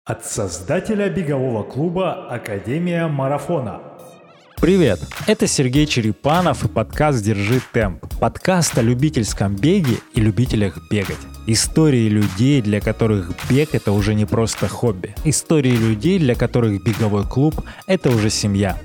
От создателя бегового клуба «Академия марафона». Привет! Это Сергей Черепанов и подкаст «Держи темп». Подкаст о любительском беге и любителях бегать. Истории людей, для которых бег — это уже не просто хобби. Истории людей, для которых беговой клуб — это уже семья.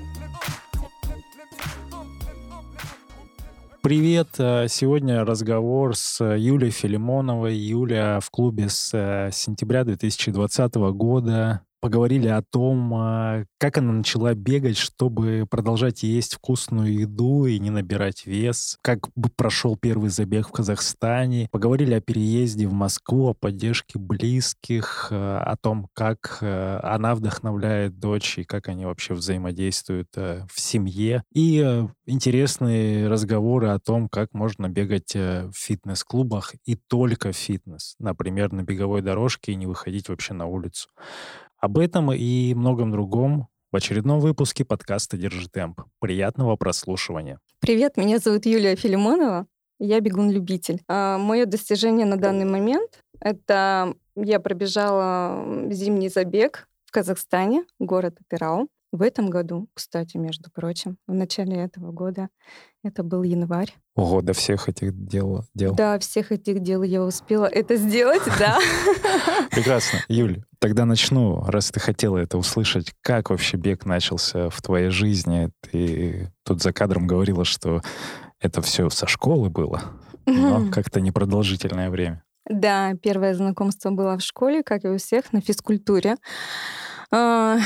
Привет! Сегодня разговор с Юлией Филимоновой. Юля в клубе с сентября 2020 года. Поговорили о том, как она начала бегать, чтобы продолжать есть вкусную еду и не набирать вес, как бы прошел первый забег в Казахстане. Поговорили о переезде в Москву, о поддержке близких, о том, как она вдохновляет дочь и как они вообще взаимодействуют в семье. И интересные разговоры о том, как можно бегать в фитнес-клубах и только фитнес. Например, на беговой дорожке и не выходить вообще на улицу. Об этом и многом другом в очередном выпуске подкаста «Держи темп». Приятного прослушивания. Привет, меня зовут Юлия Филимонова. Я бегун-любитель. Мое достижение на данный момент — это я пробежала зимний забег в Казахстане, город Атырау. В этом году, кстати, между прочим, в начале этого года, это был январь. Ого, до всех этих дел. Да, всех этих дел я успела это сделать, да. Прекрасно. Юль, тогда начну, раз ты хотела это услышать. Как вообще бег начался в твоей жизни? Ты тут за кадром говорила, что это все со школы было, но как-то непродолжительное время. Да, первое знакомство было в школе, как и у всех, на физкультуре. У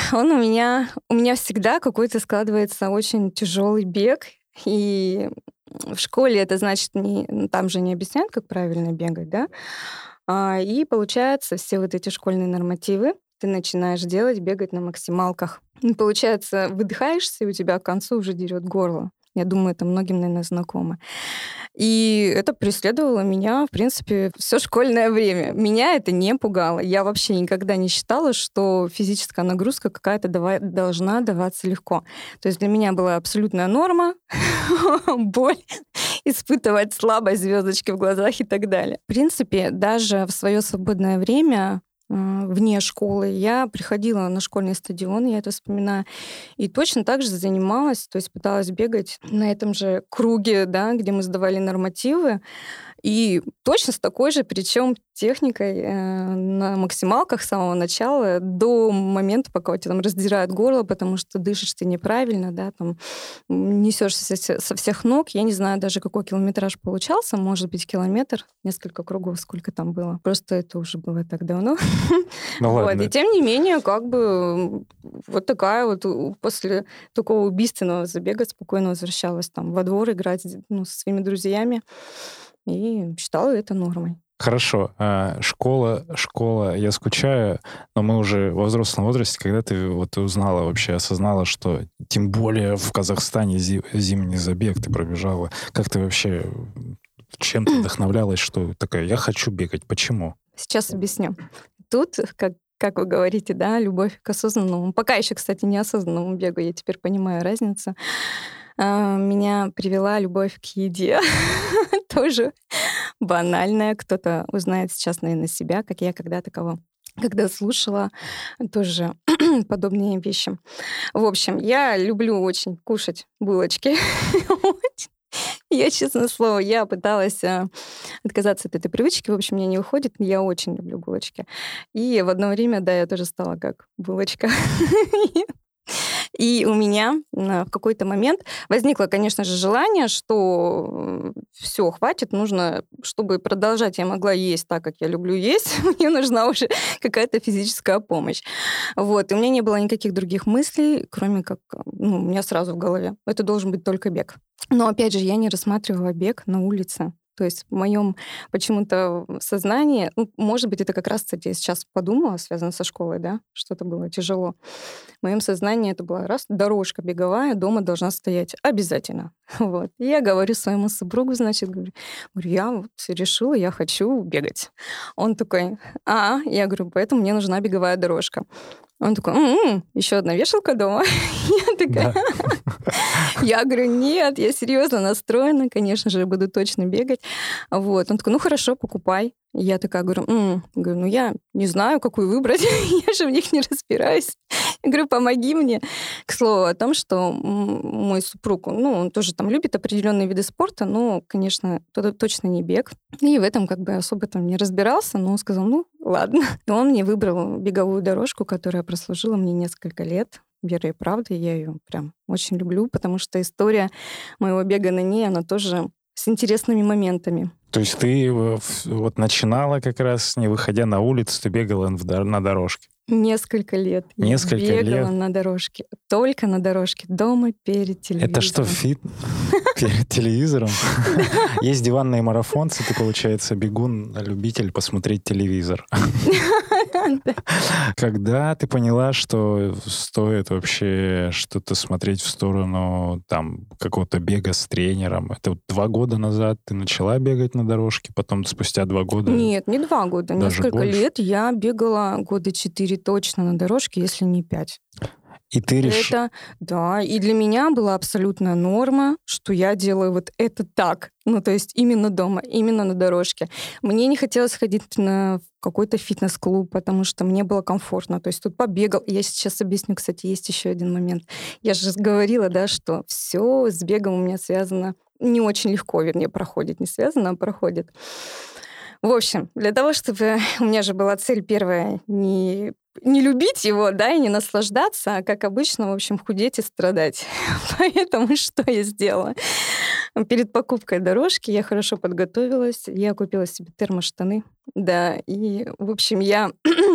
меня всегда какой-то складывается очень тяжелый бег, и в школе это значит, там же не объясняют, как правильно бегать, да? И получается, все вот эти школьные нормативы ты начинаешь делать, бегать на максималках. И получается, выдыхаешься, и у тебя к концу уже дерет горло. Я думаю, это многим, наверное, знакомо. И это преследовало меня, в принципе, все школьное время. Меня это не пугало. Я вообще никогда не считала, что физическая нагрузка какая-то должна даваться легко. То есть для меня была абсолютная норма, боль, испытывать слабость, звездочки в глазах и так далее. В принципе, даже в свое свободное время вне школы я приходила на школьный стадион, я это вспоминаю, и точно так же занималась, то есть пыталась бегать на этом же круге, да, где мы сдавали нормативы, и точно с такой же, причем техникой на максималках с самого начала до момента, пока у тебя там раздирают горло, потому что дышишь ты неправильно, да, там несешься со всех ног. Я не знаю даже, какой километраж получался, может быть, километр, несколько кругов, сколько там было. Просто это уже было так давно. Ну ладно. И тем не менее, как бы вот такая вот после такого убийственного забега спокойно возвращалась там во двор играть со своими друзьями. И считала это нормой. Хорошо. Школа, я скучаю, но мы уже во взрослом возрасте, когда ты вот узнала вообще, осознала, что тем более в Казахстане зимний забег ты пробежала. Как ты вообще, чем ты вдохновлялась, что такая, я хочу бегать, почему? Сейчас объясню. Тут, как вы говорите, да, любовь к осознанному. Пока еще, кстати, неосознанному бегу, я теперь понимаю разницу. Меня привела любовь к еде. Тоже банальная. Кто-то узнает сейчас, наверное, себя, как я когда слушала тоже подобные вещи. В общем, я люблю очень кушать булочки. Я, честное слово, я пыталась отказаться от этой привычки. В общем, мне не уходит. Я очень люблю булочки. И в одно время, да, я тоже стала как булочка. И у меня в какой-то момент возникло, конечно же, желание, что все, хватит, нужно, чтобы продолжать я могла есть так, как я люблю есть, мне нужна уже какая-то физическая помощь. Вот. И у меня не было никаких других мыслей, кроме как, у меня сразу в голове, это должен быть только бег. Но, опять же, я не рассматривала бег на улице. То есть в моем почему-то сознании, может быть, это как раз, кстати, я сейчас подумала, связано со школой, да, что-то было тяжело. В моем сознании это была дорожка беговая, дома должна стоять обязательно. Вот. И я говорю своему супругу, значит, говорю, я вот решила, я хочу бегать. Он такой, я говорю, поэтому мне нужна беговая дорожка. Он такой, еще одна вешалка дома. Я такая, я говорю, нет, я серьезно настроена, конечно же, буду точно бегать. Вот. Он такой, ну хорошо, покупай. Я такая говорю, ну я не знаю, какую выбрать, я же в них не разбираюсь. Я говорю, помоги мне. К слову о том, что мой супруг, он тоже там любит определенные виды спорта, но, конечно, точно не бег. И в этом как бы особо там не разбирался, но он сказал, ну ладно. И он мне выбрал беговую дорожку, которая прослужила мне несколько лет. Верой и правдой, я ее прям очень люблю, потому что история моего бега на ней, она тоже с интересными моментами. То есть ты вот начинала как раз, не выходя на улицу, ты бегала на дорожке? Несколько лет. Несколько я бегала лет? На дорожке. Только на дорожке. Дома перед телевизором. Это что, перед телевизором? Есть диванные марафонцы, ты, получается, бегун, любитель посмотреть телевизор. Когда ты поняла, что стоит вообще что-то смотреть в сторону там какого-то бега с тренером? Это вот 2 года назад ты начала бегать на дорожке, потом спустя 2 года? Нет, не 2 года. Несколько больше? лет я бегала 4 года точно на дорожке, если не 5. И ты решила... Да, и для меня была абсолютная норма, что я делаю вот это так. Ну, то есть именно дома, именно на дорожке. Мне не хотелось ходить на какой-то фитнес-клуб, потому что мне было комфортно. То есть тут побегал. Я сейчас объясню, кстати, есть еще один момент. Я же говорила, да, что все с бегом у меня связано не очень легко, вернее, проходит. Не связано, а проходит. В общем, для того, чтобы... У меня же была цель первая не любить его, да, и не наслаждаться, а, как обычно, в общем, худеть и страдать. Поэтому что я сделала? Перед покупкой дорожки я хорошо подготовилась, я купила себе термоштаны, да, и, в общем, я...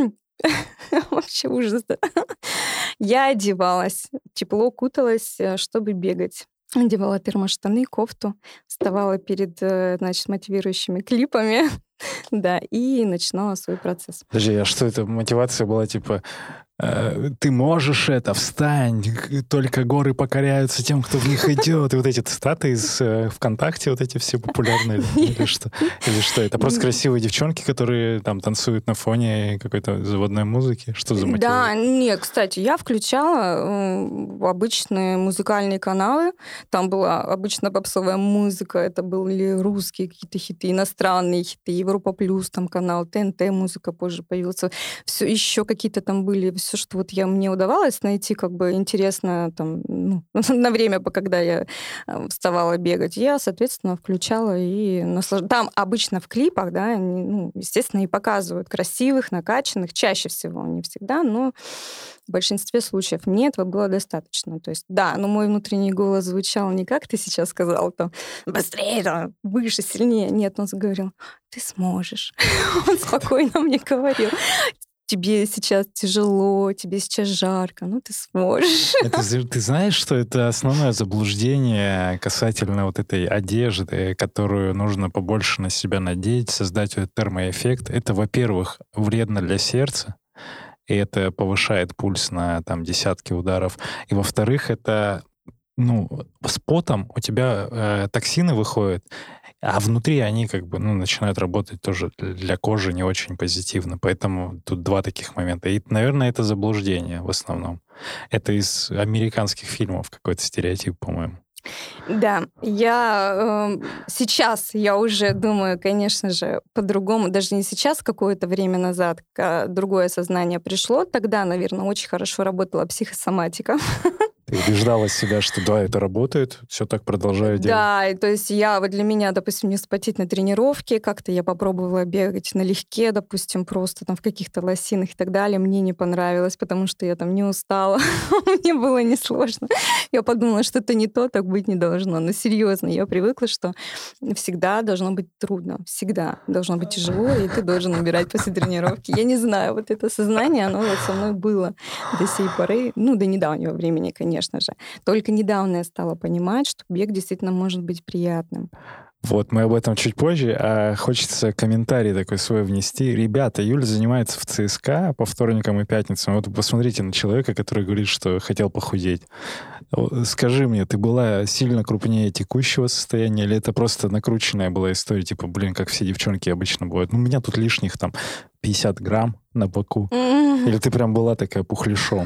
Вообще ужас, да. Я одевалась, тепло куталась, чтобы бегать. Одевала термоштаны, кофту, вставала перед, значит, мотивирующими клипами, да, и начинала свой процесс. Подожди, а что это? Мотивация была типа «ты можешь это, встань, только горы покоряются тем, кто в них идет». И вот эти цитаты из ВКонтакте, вот эти все популярные, или что? Или что? Это просто красивые девчонки, которые там танцуют на фоне какой-то заводной музыки? Что за мотивация? Да, нет, кстати, я включала обычные музыкальные каналы. Там была обычно попсовая музыка, это были русские какие-то хиты, иностранные хиты, Европа Плюс, там канал, ТНТ музыка позже появился. Все еще какие-то там были, все, что вот мне удавалось найти, как бы интересно там, на время, когда я вставала бегать, я, соответственно, включала и наслаждалась. Там обычно в клипах, да, естественно, и показывают красивых, накачанных, чаще всего, не всегда, но в большинстве случаев мне этого было достаточно. То есть, да, но мой внутренний голос звучал не как ты сейчас сказал, там, быстрее, там, выше, сильнее. Нет, он говорил, ты сможешь. Он спокойно мне говорил, тебе сейчас тяжело, тебе сейчас жарко, ну ты сможешь. Ты знаешь, что это основное заблуждение касательно вот этой одежды, которую нужно побольше на себя надеть, создать этот термоэффект. Это, во-первых, вредно для сердца, и это повышает пульс на там десятки ударов. И, во-вторых, это, с потом у тебя токсины выходят, а внутри они как бы, начинают работать тоже для кожи не очень позитивно. Поэтому тут 2 таких момента. И, наверное, это заблуждение в основном. Это из американских фильмов какой-то стереотип, по-моему. Да, сейчас я уже думаю, конечно же, по-другому. Даже не сейчас, какое-то время назад, другое сознание пришло. Тогда, наверное, очень хорошо работала психосоматика. Ты убеждала себя, что да, это работает, все так продолжаю делать. Да, и то есть для меня, допустим, не вспотеть на тренировке, как-то я попробовала бегать налегке, допустим, просто там в каких-то лосинах и так далее. Мне не понравилось, потому что я там не устала. Мне было несложно. Я подумала, что это не то, так быть не должно. Но серьезно, я привыкла, что всегда должно быть трудно. Всегда должно быть тяжело, и ты должен убирать после тренировки. Я не знаю, вот это сознание, оно вот со мной было до сей поры, до недавнего времени, конечно же. Только недавно я стала понимать, что бег действительно может быть приятным. Вот, мы об этом чуть позже, а хочется комментарий такой свой внести. Ребята, Юля занимается в ЦСКА по вторникам и пятницам. Вот посмотрите на человека, который говорит, что хотел похудеть. Скажи мне, ты была сильно крупнее текущего состояния, или это просто накрученная была история, типа, блин, как все девчонки обычно бывают? Ну, у меня тут лишних там 50 грамм на боку. Или ты прям была такая пухляшом?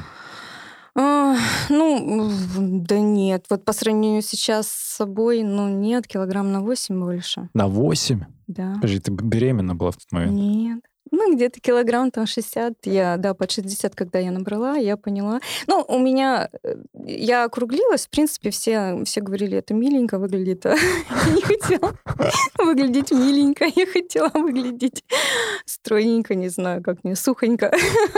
Ну, да нет. Вот по сравнению сейчас с собой, ну, нет, килограмм на 8 больше. На 8? Да. Подожди, ты беременна была в тот момент? Нет. Ну, где-то килограмм там 60. Да, под 60, когда я набрала, я поняла. Ну, у меня... Я округлилась. В принципе, все говорили, это миленько выглядит. Я не хотела выглядеть миленько. Я хотела выглядеть стройненько, не знаю, как мне, сухонько,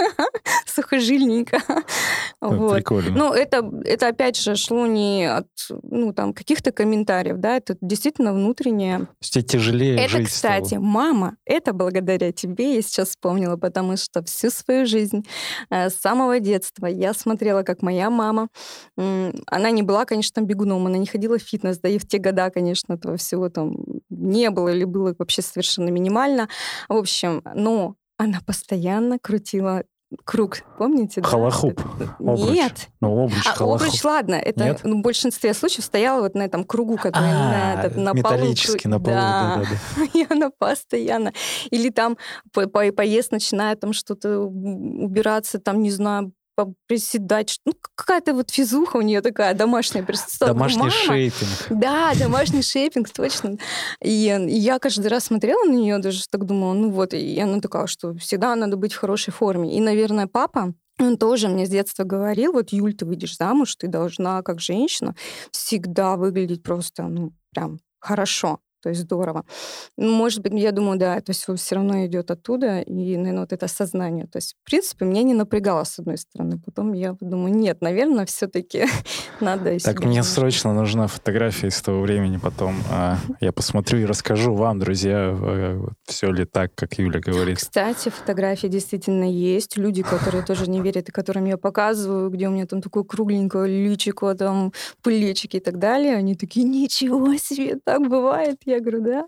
сухожильненько. Вот. Прикольно. Ну, это опять же шло не от там, каких-то комментариев, да, это действительно внутреннее. Тебе тяжелее Это, жить кстати, стало. мама, это благодаря тебе, я сейчас вспомнила, потому что всю свою жизнь, с самого детства, я смотрела, как моя мама, она не была, конечно, бегуном, она не ходила в фитнес, да и в те года, конечно, этого всего там не было или было вообще совершенно минимально. В общем, но она постоянно крутила круг, помните? Холохуп. Да? Нет. Ну, обруч, холохуп. Обруч, ладно, это в большинстве случаев стояла вот на этом кругу, который на полу. Металлический на полу, да. И она постоянно. Или там поезд начинает там что-то убираться, там, не знаю, приседать. Ну, какая-то вот физуха у нее такая домашняя. Домашний шейпинг. Да, домашний шейпинг, точно. И я каждый раз смотрела на нее, даже так думала, ну вот, и она такая, что всегда надо быть в хорошей форме. И, наверное, папа, он тоже мне с детства говорил, вот, Юль, ты выйдешь замуж, ты должна, как женщина, всегда выглядеть просто, ну, прям хорошо. То есть здорово. Может быть, я думаю, да, это все равно идет оттуда, и, наверное, вот это осознание. То есть, в принципе, меня не напрягало, с одной стороны. Потом я думаю, нет, наверное, все-таки надо... Так, мне срочно нужна фотография из того времени потом. Я посмотрю и расскажу вам, друзья, все ли так, как Юля говорит. Кстати, фотографии действительно есть. Люди, которые тоже не верят, и которым я показываю, где у меня там такое кругленькое личико, там плечики и так далее, они такие, ничего себе, так бывает. Я говорю, да.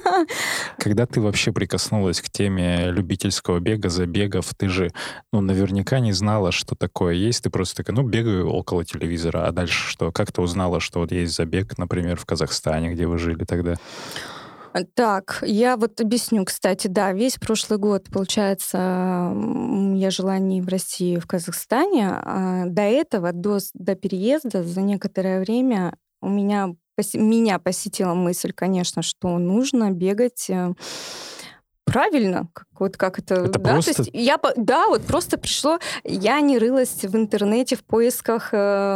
Когда ты вообще прикоснулась к теме любительского бега, забегов, ты же, ну, наверняка не знала, что такое есть. Ты просто такая, ну, бегаю около телевизора, а дальше что? Как ты узнала, что вот есть забег, например, в Казахстане, где вы жили тогда? Так, я вот объясню, кстати, да, весь прошлый год, получается, я жила не в России, в Казахстане. До этого, до переезда, за некоторое время меня посетила мысль, конечно, что нужно бегать правильно, как это... Это да, просто... то есть вот просто пришло, я не рылась в интернете в поисках,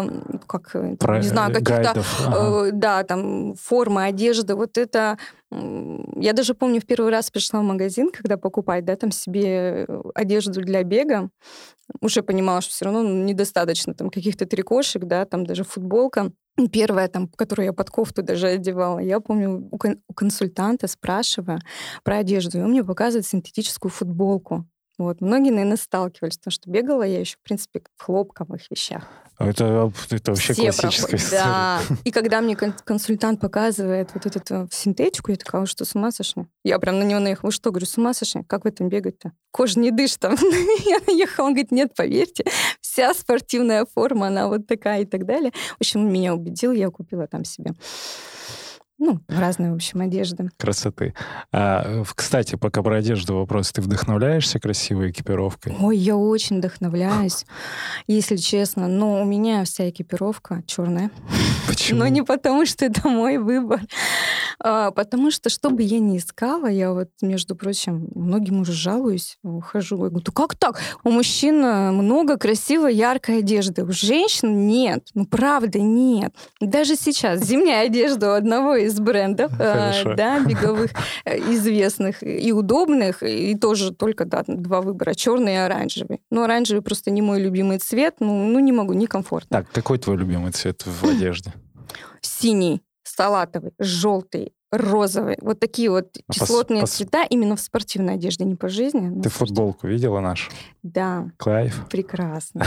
не знаю, каких-то, да, там, формы, одежды, вот это... Я даже помню, в первый раз пришла в магазин, когда покупать, да, там себе одежду для бега, уже понимала, что все равно недостаточно там каких-то трикошек, да, там даже футболка. Первая, там, которую я под кофту даже одевала, я помню, у консультанта спрашиваю про одежду, и он мне показывает синтетическую футболку. Вот. Многие, наверное, сталкивались, потому что бегала я еще, в принципе, в хлопковых вещах. Это вообще Все классическая история. Да. И когда мне консультант показывает вот эту синтетику, я такая, вы что, с ума сошли? Я прям на него наехала. Вы что, говорю, с ума сошли? Как в этом бегать-то? Кожа не дышит там. Я наехала, он говорит, нет, поверьте, вся спортивная форма, она вот такая и так далее. В общем, он меня убедил, я купила там себе разные, в общем, одежды. Красоты. Кстати, пока про одежду вопрос. Ты вдохновляешься красивой экипировкой? Ой, я очень вдохновляюсь, если честно. Но у меня вся экипировка черная. Почему? Но не потому, что это мой выбор. Потому что, что бы я ни искала, я вот, между прочим, многим уже жалуюсь, ухожу. Я говорю, как так? У мужчин много красивой, яркой одежды. У женщин нет. Ну, правда, нет. Даже сейчас зимняя одежда у одного из брендов, да, беговых, известных и удобных, и тоже только, да, два выбора, черный и оранжевый. Но оранжевый просто не мой любимый цвет, не могу, некомфортно. Так, какой твой любимый цвет в одежде? Синий, салатовый, желтый, розовый. Вот такие вот кислотные цвета именно в спортивной одежде, не по жизни. Ты футболку видела нашу? Да. Кайф. Прекрасно.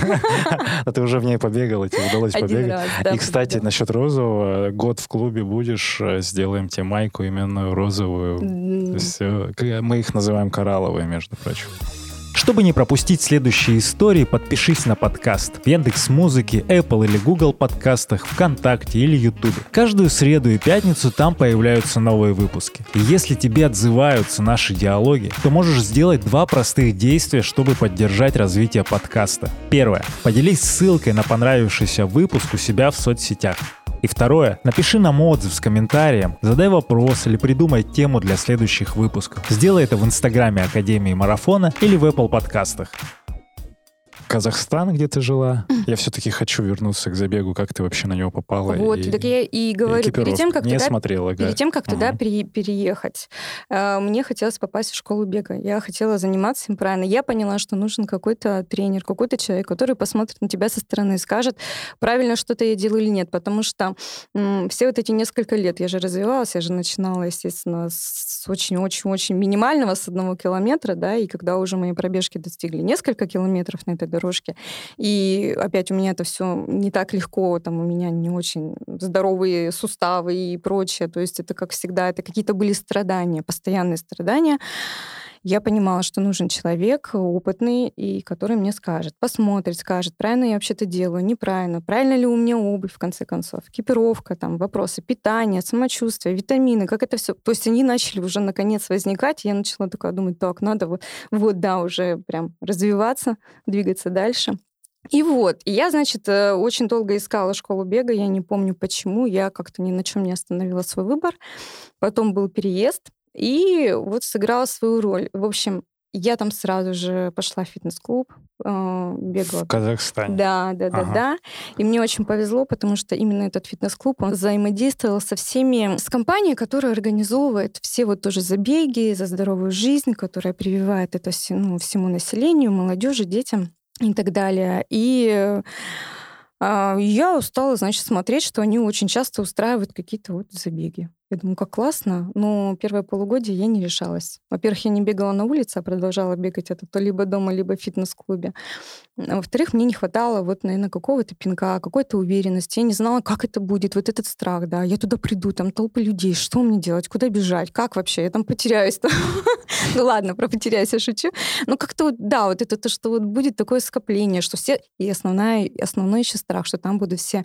А ты уже в ней побегала, тебе удалось побегать? И, кстати, насчет розового, год в клубе будешь, сделаем тебе майку именно розовую. Мы их называем коралловые, между прочим. Чтобы не пропустить следующие истории, подпишись на подкаст в Яндекс.Музыке, Apple или Google подкастах, ВКонтакте или Ютубе. Каждую среду и пятницу там появляются новые выпуски. И если тебе отзываются наши диалоги, то можешь сделать 2 простых действия, чтобы поддержать развитие подкаста. Первое. Поделись ссылкой на понравившийся выпуск у себя в соцсетях. И второе, напиши нам отзыв с комментарием, задай вопрос или придумай тему для следующих выпусков. Сделай это в Инстаграме Академии Марафона или в Apple подкастах. Казахстан, где ты жила? Я все-таки хочу вернуться к забегу. Как ты вообще на него попала? Вот, так я и говорю, перед тем, как туда переехать, мне хотелось попасть в школу бега. Я хотела заниматься им правильно. Я поняла, что нужен какой-то тренер, какой-то человек, который посмотрит на тебя со стороны и скажет, правильно что-то я делаю или нет. Потому что все вот эти несколько лет я же развивалась, я же начинала, естественно, с очень-очень-очень минимального, с 1 километра, да, и когда уже мои пробежки достигли несколько километров на этой дорожке. И опять у меня это все не так легко, там у меня не очень здоровые суставы и прочее. То есть это, как всегда, это какие-то были страдания, постоянные страдания. Я понимала, что нужен человек опытный, и который мне скажет, посмотрит, скажет, правильно я вообще-то делаю, неправильно, правильно ли у меня обувь, в конце концов, экипировка, там, вопросы питания, самочувствия, витамины, как это все. То есть они начали уже наконец возникать, и я начала такая думать, так, надо да, уже прям развиваться, двигаться дальше. И я, значит, очень долго искала школу бега, я не помню почему, я как-то ни на чем не остановила свой выбор. Потом был переезд, и сыграла свою роль. В общем, я там сразу же пошла в фитнес-клуб, бегала. В Казахстане? Да. И мне очень повезло, потому что именно этот фитнес-клуб, он взаимодействовал с компанией, которая организовывает все тоже забеги за здоровую жизнь, которая прививает это всему населению, молодежи, детям и так далее. И я стала, значит, смотреть, что они очень часто устраивают какие-то забеги. Я думаю, как классно, но первое полугодие я не решалась. Во-первых, я не бегала на улице, а продолжала бегать это то либо дома, либо в фитнес-клубе. А во-вторых, мне не хватало наверное, какого-то пинка, какой-то уверенности. Я не знала, как это будет, этот страх, да. Я туда приду, там толпы людей, что мне делать, куда бежать, как вообще, я там потеряюсь. Ну ладно, про потеряюсь я шучу. Но как-то, да, это то, что будет такое скопление, что все... И основной еще страх, что там будут все...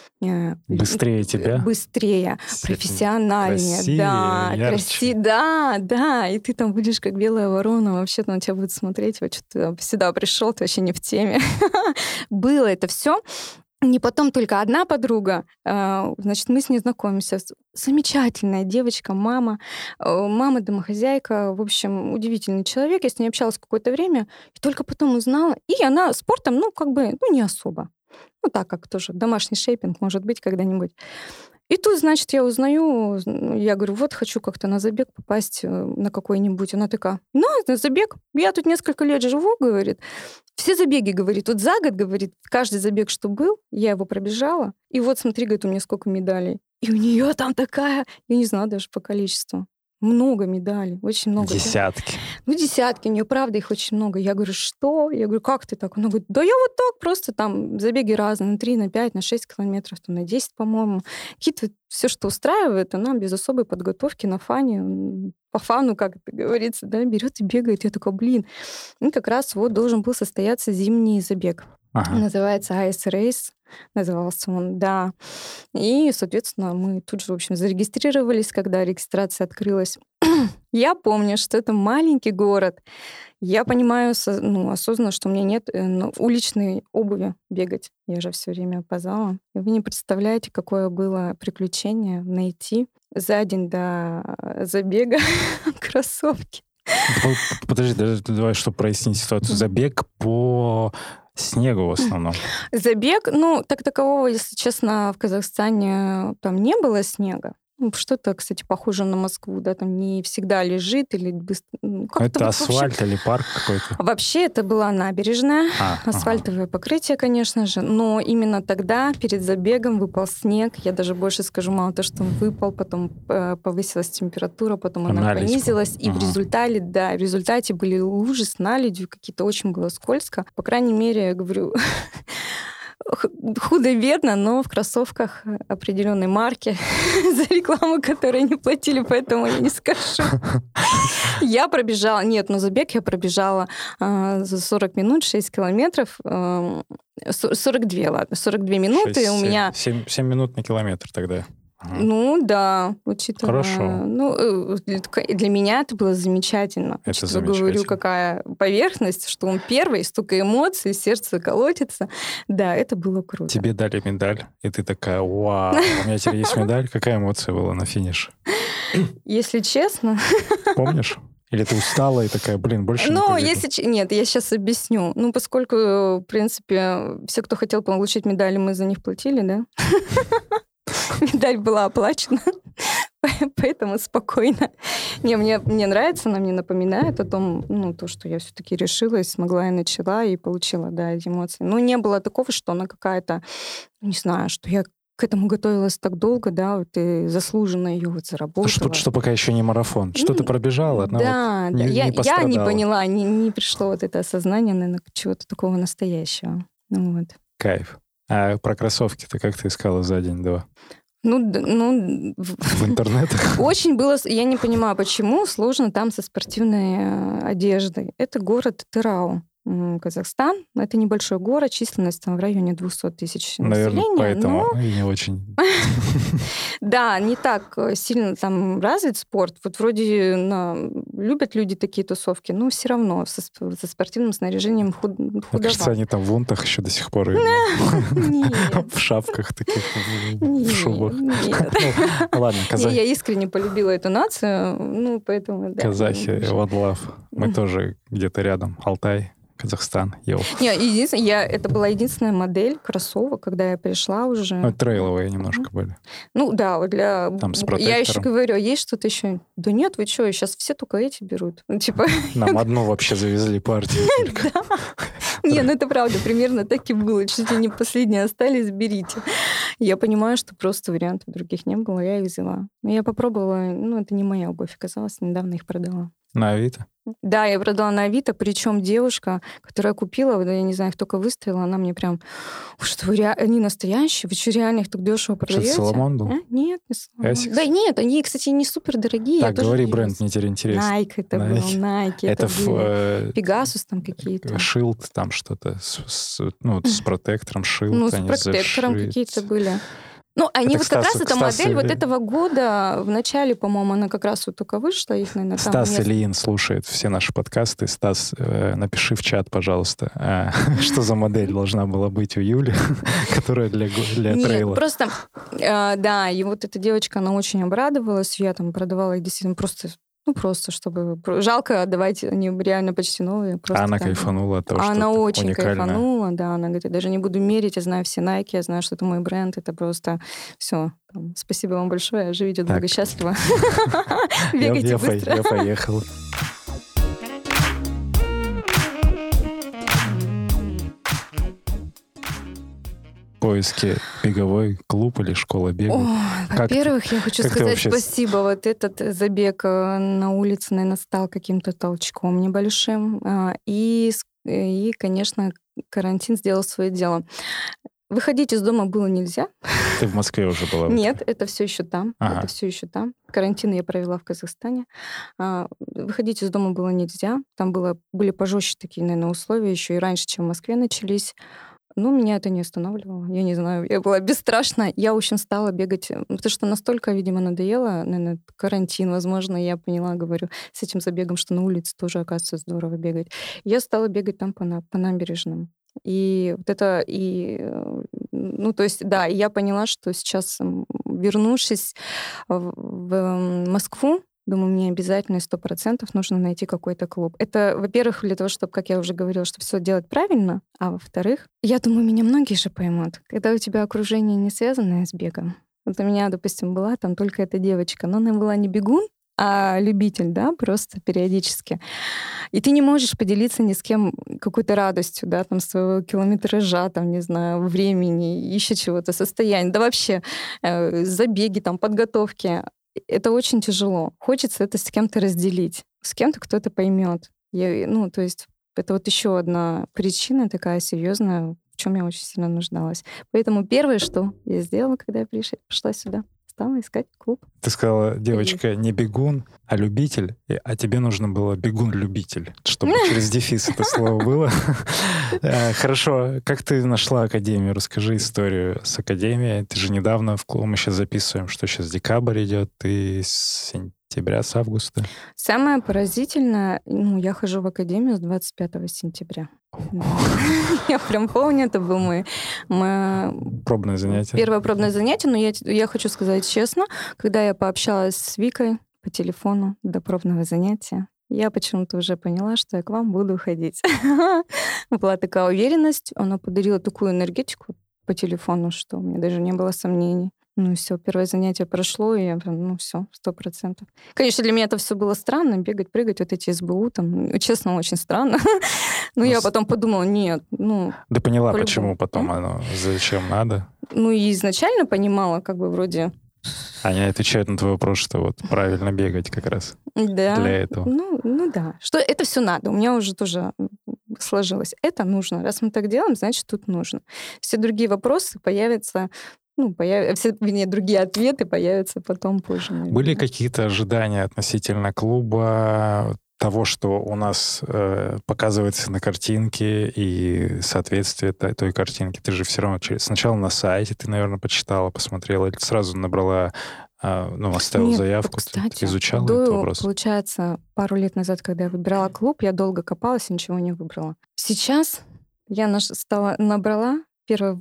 Быстрее тебя? Быстрее, профессиональнее. Красивее, да. И ты там будешь как белая ворона, вообще на тебя будут смотреть, что ты сюда пришел, ты вообще не в теме. Было это все. И потом только одна подруга, значит, мы с ней знакомимся. Замечательная девочка, мама домохозяйка, в общем, удивительный человек. Я с ней общалась какое-то время, и только потом узнала. И она спортом, не особо. Так как тоже домашний шейпинг, может быть, когда-нибудь. И тут, значит, я узнаю, я говорю, хочу как-то на забег попасть на какой-нибудь. Она такая, на забег, я тут несколько лет живу, говорит. Все забеги, говорит, за год, говорит, каждый забег, что был, я его пробежала. И смотри, говорит, у меня сколько медалей. И у нее там такая, я не знаю даже по количеству. Много медалей, очень много. Десятки. Да? Десятки, у нее, правда, их очень много. Я говорю, что? Я говорю, как ты так? Она говорит, да я так просто там забеги разные, на 3, на 5, на 6 километров, там, на 10, по-моему. Какие-то все, что устраивает, она без особой подготовки на фане, по фану, как это говорится, да, берет и бегает. Я такая, И как раз должен был состояться зимний забег. Ага. Называется Ice Race. Назывался он, да. И, соответственно, мы тут же, в общем, зарегистрировались, когда регистрация открылась. Я помню, что это маленький город. Я понимаю осознанно, что у меня нет уличной обуви бегать. Я же все время опоздала. И вы не представляете, какое было приключение найти за день до забега кроссовки. Подожди, давай, чтобы прояснить ситуацию. Забег по снегу в основном. Забег, так такового, если честно, в Казахстане там не было снега. Что-то, кстати, похоже на Москву, да, там не всегда лежит или быстро... Это асфальт или парк какой-то? Вообще это была набережная, асфальтовое покрытие, конечно же, но именно тогда перед забегом выпал снег. Я даже больше скажу, мало того, что он выпал, потом повысилась температура, потом она понизилась, и в результате были лужи с наледью, какие-то очень было скользко. По крайней мере, я говорю... Худо-бедно, но в кроссовках определенной марки за рекламу, которую не платили, поэтому я не скажу. Я пробежала... Нет, забег я пробежала за 40 минут, 6 километров. 42, ладно, 42 минуты. 6, у меня... 7 минут на километр тогда. Да, учитывая... Хорошо. Для меня это было замечательно. Это замечательно. Говорю, какая поверхность, что он первый, столько эмоций, сердце колотится. Да, это было круто. Тебе дали медаль, и ты такая, вау, у меня теперь есть медаль. Какая эмоция была на финише? Если честно... Помнишь? Или ты устала и такая, больше не побегу? Нет, я сейчас объясню. Поскольку, в принципе, все, кто хотел получить медали, мы за них платили, да? Медаль была оплачена, поэтому спокойно. Мне нравится, она мне напоминает о том, то, что я все-таки решилась, смогла и начала, и получила, да, эти эмоции. Но не было такого, что она какая-то, не знаю, что я к этому готовилась так долго, да, вот и заслуженно ее заработала. Что пока еще не марафон. Что ты пробежала, да, я не поняла, не пришло вот это осознание, наверное, чего-то такого настоящего. Кайф. А про кроссовки-то как ты искала за день-два? В интернетах? Очень было... Я не понимаю, почему сложно там со спортивной одеждой. Это город Тырау, Казахстан. Это небольшой город, численность там в районе 200 тысяч населения. Наверное, поэтому и не очень. Да, не так сильно там развит спорт. Вот вроде любят люди такие тусовки, но все равно со спортивным снаряжением худовато. Мне кажется, они там в унтах еще до сих пор. В шапках таких, в шубах. Ладно, казахи. Я искренне полюбила эту нацию, поэтому... Казахи, one love. Мы тоже где-то рядом. Алтай. Казахстан, это была единственная модель кроссовок, когда я пришла уже. Трейловые немножко были. Да, там с протектором. Я еще говорю, есть что-то еще? Да нет, вы что, сейчас все только эти берут. Нам одну вообще завезли партию. Не, это правда, примерно так и было. Чуть ли не последние остались, берите. Я понимаю, что просто вариантов других не было, я их взяла. Я попробовала, это не моя обувь оказалась, недавно их продала. На Авито? Да, я продала на Авито, причем девушка, которая купила, я не знаю, их только выставила, она мне прям, что они настоящие, вы что, реально их так дешево продаете? Что, Соломон был? Нет, не Соломон. Да нет, они, кстати, не супер дорогие. Так, говори бренд, мне теперь интересно. Nike это был, Nike. Это Pegasus там какие-то. Shield там что-то, с протектором Shield. С протектором какие-то были. Они вот как раз эта модель вот этого года, в начале, по-моему, она как раз вот только вышла. Их, наверное, Стас Ильин слушает все наши подкасты. Стас, напиши в чат, пожалуйста, что за модель должна была быть у Юли, которая для трейла. Нет, просто, да, и вот эта девочка, она очень обрадовалась. Я там продавала их действительно просто, чтобы... Жалко отдавать, они реально почти новые. Она кайфанула от того, что она очень уникальная. Кайфанула, да. Она говорит, я даже не буду мерить, я знаю все Nike, я знаю, что это мой бренд, это просто все. Спасибо вам большое, живите долго, счастливо. Бегайте быстро. Я поехал. Поиски беговой клуб или школа бега? Во-первых, я хочу сказать спасибо. Вот этот забег на улице, наверное, стал каким-то толчком небольшим. И, конечно, карантин сделал свое дело. Выходить из дома было нельзя. Ты в Москве уже была? Нет, это все еще там. Это все еще там. Карантин я провела в Казахстане. Выходить из дома было нельзя. Там были пожестче такие, наверное, условия еще и раньше, чем в Москве начались. Меня это не останавливало. Я не знаю, я была бесстрашна. Я очень стала бегать, потому что настолько, видимо, надоело, наверное, карантин, возможно, я поняла, говорю, с этим забегом, что на улице тоже, оказывается, здорово бегать. Я стала бегать там по набережным. И вот это, то есть, да, я поняла, что сейчас, вернувшись в Москву, думаю, мне обязательно 100% нужно найти какой-то клуб. Это, во-первых, для того, чтобы, как я уже говорила, чтобы все делать правильно, а во-вторых, я думаю, меня многие же поймут. Когда у тебя окружение не связанное с бегом, Вот у меня, допустим, была там только эта девочка, но она была не бегун, а любитель, да, просто периодически. И ты не можешь поделиться ни с кем какой-то радостью, да, там, своего километража, там, не знаю, времени, еще чего-то, состояния. Да вообще, забеги, там, подготовки. Это очень тяжело. Хочется это с кем-то разделить. С кем-то, кто это поймет. Ну, то есть это вот еще одна причина такая серьезная, в чем я очень сильно нуждалась. Поэтому первое, что я сделала, когда я пришла сюда, стала искать клуб. Ты сказала, девочка, не бегун, а любитель, а тебе нужно было бегун-любитель, чтобы через дефис это слово было. Хорошо. Как ты нашла Академию? Расскажи историю с Академией. Ты же недавно в клуб, мы сейчас записываем, что сейчас декабрь идет, ты с сентября, с августа. Самое поразительное, я хожу в Академию с 25 сентября. Я прям помню, это было мое пробное занятие. Первое пробное занятие, но я хочу сказать честно, когда я пообщалась с Викой по телефону до пробного занятия, я почему-то уже поняла, что я к вам буду ходить. Была такая уверенность, она подарила такую энергетику по телефону, что у меня даже не было сомнений. Ну все, первое занятие прошло, и я прям, все, 100%. Конечно, для меня это все было странно, бегать, прыгать, вот эти СБУ, там, честно, очень странно. Но я потом подумала, нет, Ты поняла, почему потом оно, зачем надо? И изначально понимала, как бы вроде... Они отвечают на твой вопрос, что вот правильно бегать как раз для этого. Ну да, что это все надо. У меня уже тоже сложилось. Это нужно. Раз мы так делаем, значит, тут нужно. Все другие вопросы появятся... все другие ответы появятся потом позже. Наверное. Были какие-то ожидания относительно клуба, того, что у нас показывается на картинке и соответствие той картинке? Ты же все равно сначала на сайте ты, наверное, почитала, посмотрела, или сразу набрала, оставила заявку, кстати, ты изучала этот вопрос? Получается, пару лет назад, когда я выбирала клуб, я долго копалась и ничего не выбрала. Сейчас я набрала. Первое,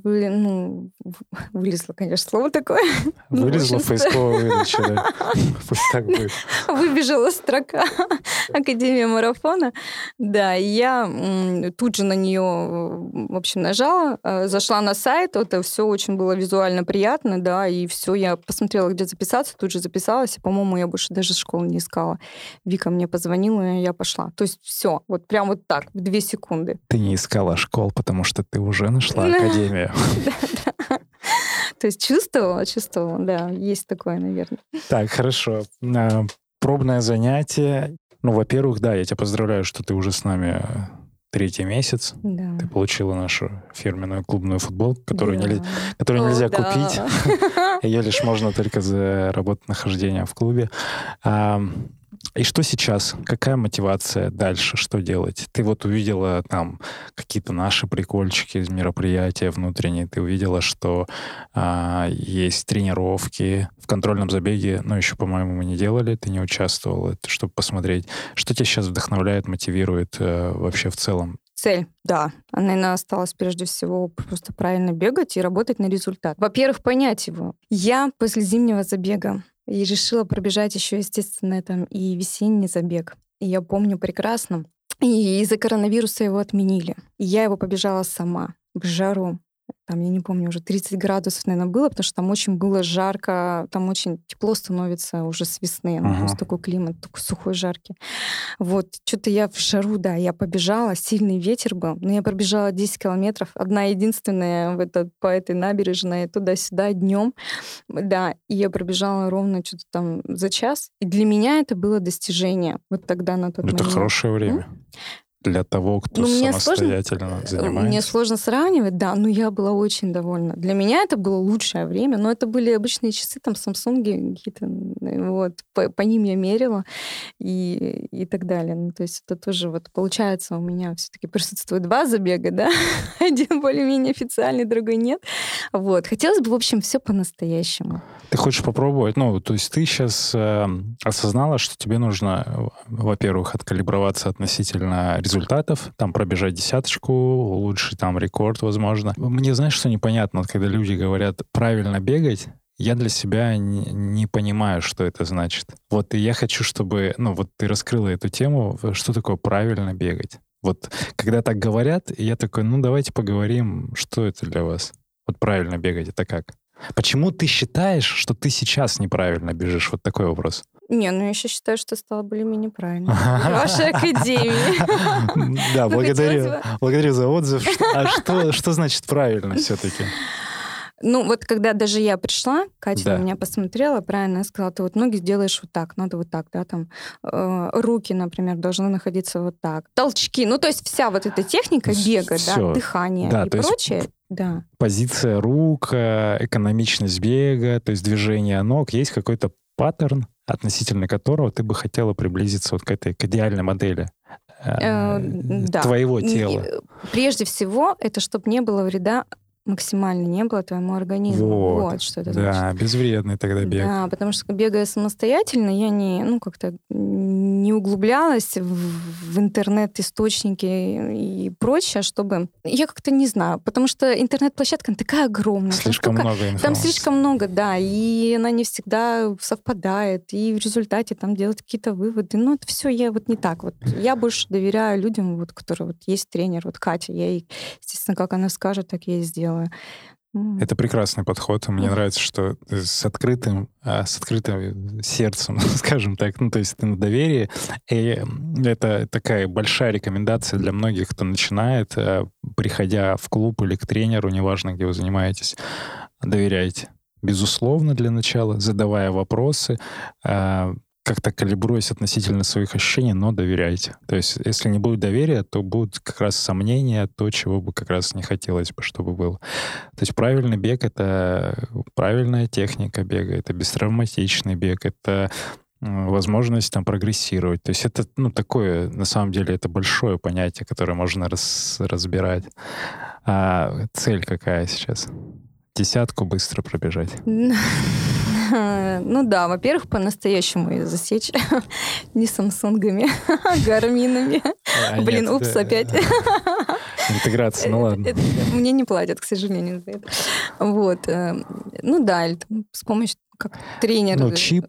вылезло, конечно, слово такое. Вылезло в поисковой выдаче, да. Пусть так будет. Выбежала строка Академия марафона. Да, и я тут же на нее, в общем, нажала, зашла на сайт, это все очень было визуально приятно, да, и все, я посмотрела, где записаться, тут же записалась, и, по-моему, я больше даже школу не искала. Вика мне позвонила, и я пошла. То есть все, вот прям вот так, в 2 секунды. Ты не искала школ, потому что ты уже нашла Академию. Да. То есть чувствовала, да, есть такое, наверное. Так, хорошо. Пробное занятие. Во-первых, да, я тебя поздравляю, что ты уже с нами 3-й месяц. Да. Ты получила нашу фирменную клубную футболку, которую нельзя купить. Ее лишь можно только заработать нахождением в клубе. И что сейчас? Какая мотивация дальше? Что делать? Ты вот увидела там какие-то наши прикольчики из мероприятия внутренние. Ты увидела, что есть тренировки в контрольном забеге. Еще, по-моему, мы не делали. Ты не участвовала, чтобы посмотреть. Что тебя сейчас вдохновляет, мотивирует вообще в целом? Цель, да. Она, наверное, осталась прежде всего просто правильно бегать и работать на результат. Во-первых, понять его. Я после зимнего забега и решила пробежать еще, естественно, там и весенний забег. И я помню прекрасно. И из-за коронавируса его отменили. И я его побежала сама в жару. Там, я не помню, уже 30 градусов, наверное, было, потому что там очень было жарко, там очень тепло становится уже с весны. То есть такой климат, такой сухой, жаркий. Вот, что-то я в жару, да, я побежала, сильный ветер был, но я пробежала 10 километров, одна единственная по этой набережной, туда-сюда, днем, да, и я пробежала ровно что-то там за час. И для меня это было достижение. Вот тогда, на тот момент. Это хорошее время. Для того, кто самостоятельно занимается. Мне сложно сравнивать, да, но я была очень довольна. Для меня это было лучшее время, но это были обычные часы, там, Samsung какие-то, вот, по ним я мерила и так далее. То есть это тоже вот получается у меня все-таки присутствует 2 забега, да, один более-менее официальный, другой нет. Вот. Хотелось бы, в общем, все по-настоящему. Ты хочешь попробовать? То есть ты сейчас осознала, что тебе нужно, во-первых, откалиброваться относительно результатов, там пробежать 10-ку, улучшить там рекорд, возможно. Мне, знаешь, что непонятно, когда люди говорят правильно бегать, я для себя не понимаю, что это значит. Вот и я хочу, чтобы, вот ты раскрыла эту тему, что такое правильно бегать. Вот когда так говорят, я такой, давайте поговорим, что это для вас. Вот правильно бегать, это как? Почему ты считаешь, что ты сейчас неправильно бежишь? Вот такой вопрос. Не, ну я еще считаю, что стало более-менее правильно. В вашей академии. Да, благодарю за отзыв. А что значит правильно все-таки? Ну, вот когда даже я пришла, Катя на меня посмотрела, правильно сказала, ты вот ноги делаешь вот так, надо вот так, да, там, руки, например, должны находиться вот так. Толчки, ну, то есть вся вот эта техника бега, да, дыхание и прочее. Да. Позиция рук, экономичность бега, то есть движение ног. Есть какой-то паттерн, относительно которого ты бы хотела приблизиться вот к идеальной модели твоего тела? Прежде всего, это чтобы не было вреда, максимально не было твоему организму. Вот что это значит. Да, безвредный тогда бег. Да, потому что, бегая самостоятельно, я как-то не углублялась в интернет-источники и прочее, чтобы... Я как-то не знаю, потому что интернет-площадка такая огромная. Слишком много информации. Там слишком много, да, и она не всегда совпадает, и в результате там делать какие-то выводы. Ну, это все я вот не так. Вот я больше доверяю людям, вот, которые вот есть тренер, вот Катя, я ей, естественно, как она скажет, так я и сделаю. Это прекрасный подход. Мне нравится, что ты с открытым сердцем, скажем так, ну, то есть ты на доверии. И это такая большая рекомендация для многих, кто начинает, приходя в клуб или к тренеру, неважно, где вы занимаетесь, доверяйте. Безусловно, для начала, задавая вопросы, как-то калибруясь относительно своих ощущений, но доверяйте. То есть, если не будет доверия, то будут как раз сомнения, то, чего бы как раз не хотелось бы, чтобы было. То есть правильный бег — это правильная техника бега, это бестравматичный бег, это возможность там прогрессировать. То есть это, такое, на самом деле, это большое понятие, которое можно разбирать. А цель какая сейчас? 10 быстро пробежать. Ну да, во-первых, по-настоящему ее засечь не самсунгами, а гарминами. Блин, упс, опять. Интеграция, ну ладно. Мне не платят, к сожалению, за это. Вот. Ну да, или с помощью как тренера.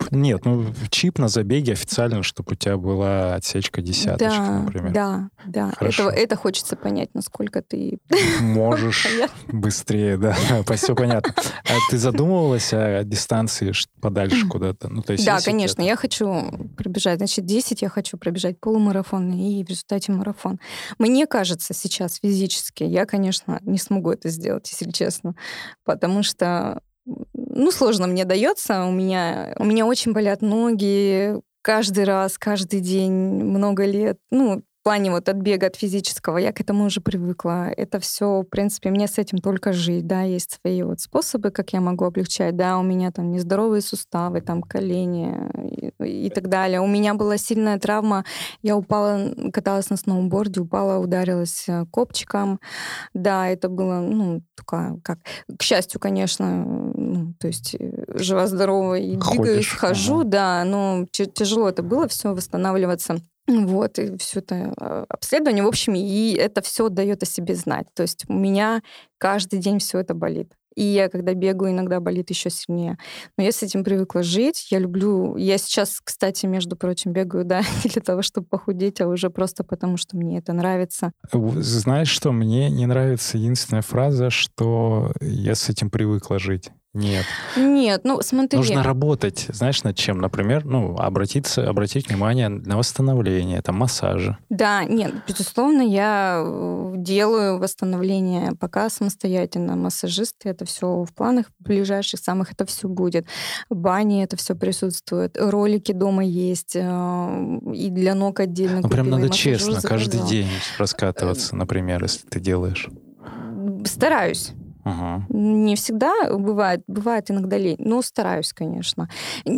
Чип на забеге официально, чтобы у тебя была отсечка десяточки, например. Да. Это хочется понять, насколько ты... Можешь быстрее, да. Все понятно. А ты задумывалась о дистанции подальше куда-то? Да, конечно. Я хочу пробежать. Значит, 10 я хочу пробежать полумарафон и в результате марафон. Мне кажется, сейчас физически я, конечно, не смогу это сделать, если честно. Потому что сложно мне дается. У меня очень болят ноги каждый раз, каждый день, много лет. В плане вот от бега, от физического, я к этому уже привыкла. Это все, в принципе, мне с этим только жить, да, есть свои вот способы, как я могу облегчать, да, у меня там нездоровые суставы, там колени и так далее. У меня была сильная травма, я упала, каталась на сноуборде, упала, ударилась копчиком, да, это было, такая, как, к счастью, конечно, то есть жива-здорова и двигаюсь, хожу, да, но тяжело это было все восстанавливаться. Вот, и все это обследование, в общем, и это все дает о себе знать. То есть у меня каждый день все это болит. И я, когда бегаю, иногда болит еще сильнее. Но я с этим привыкла жить. Я сейчас, кстати, между прочим, бегаю, да, не для того, чтобы похудеть, а уже просто потому, что мне это нравится. Знаешь что? Мне не нравится единственная фраза, что я с этим привыкла жить. Нет, смотри. Нужно работать, знаешь, над чем? Например, обратить внимание на восстановление, там, массажи. Да, нет, безусловно, я делаю восстановление пока самостоятельно. Массажисты, это все в планах ближайших самых, это все будет. В бане это все присутствует. Ролики дома есть, и для ног отдельно. Прям надо честно, каждый день раскатываться, например, если ты делаешь. Стараюсь. Не всегда бывает иногда лень, но стараюсь, конечно.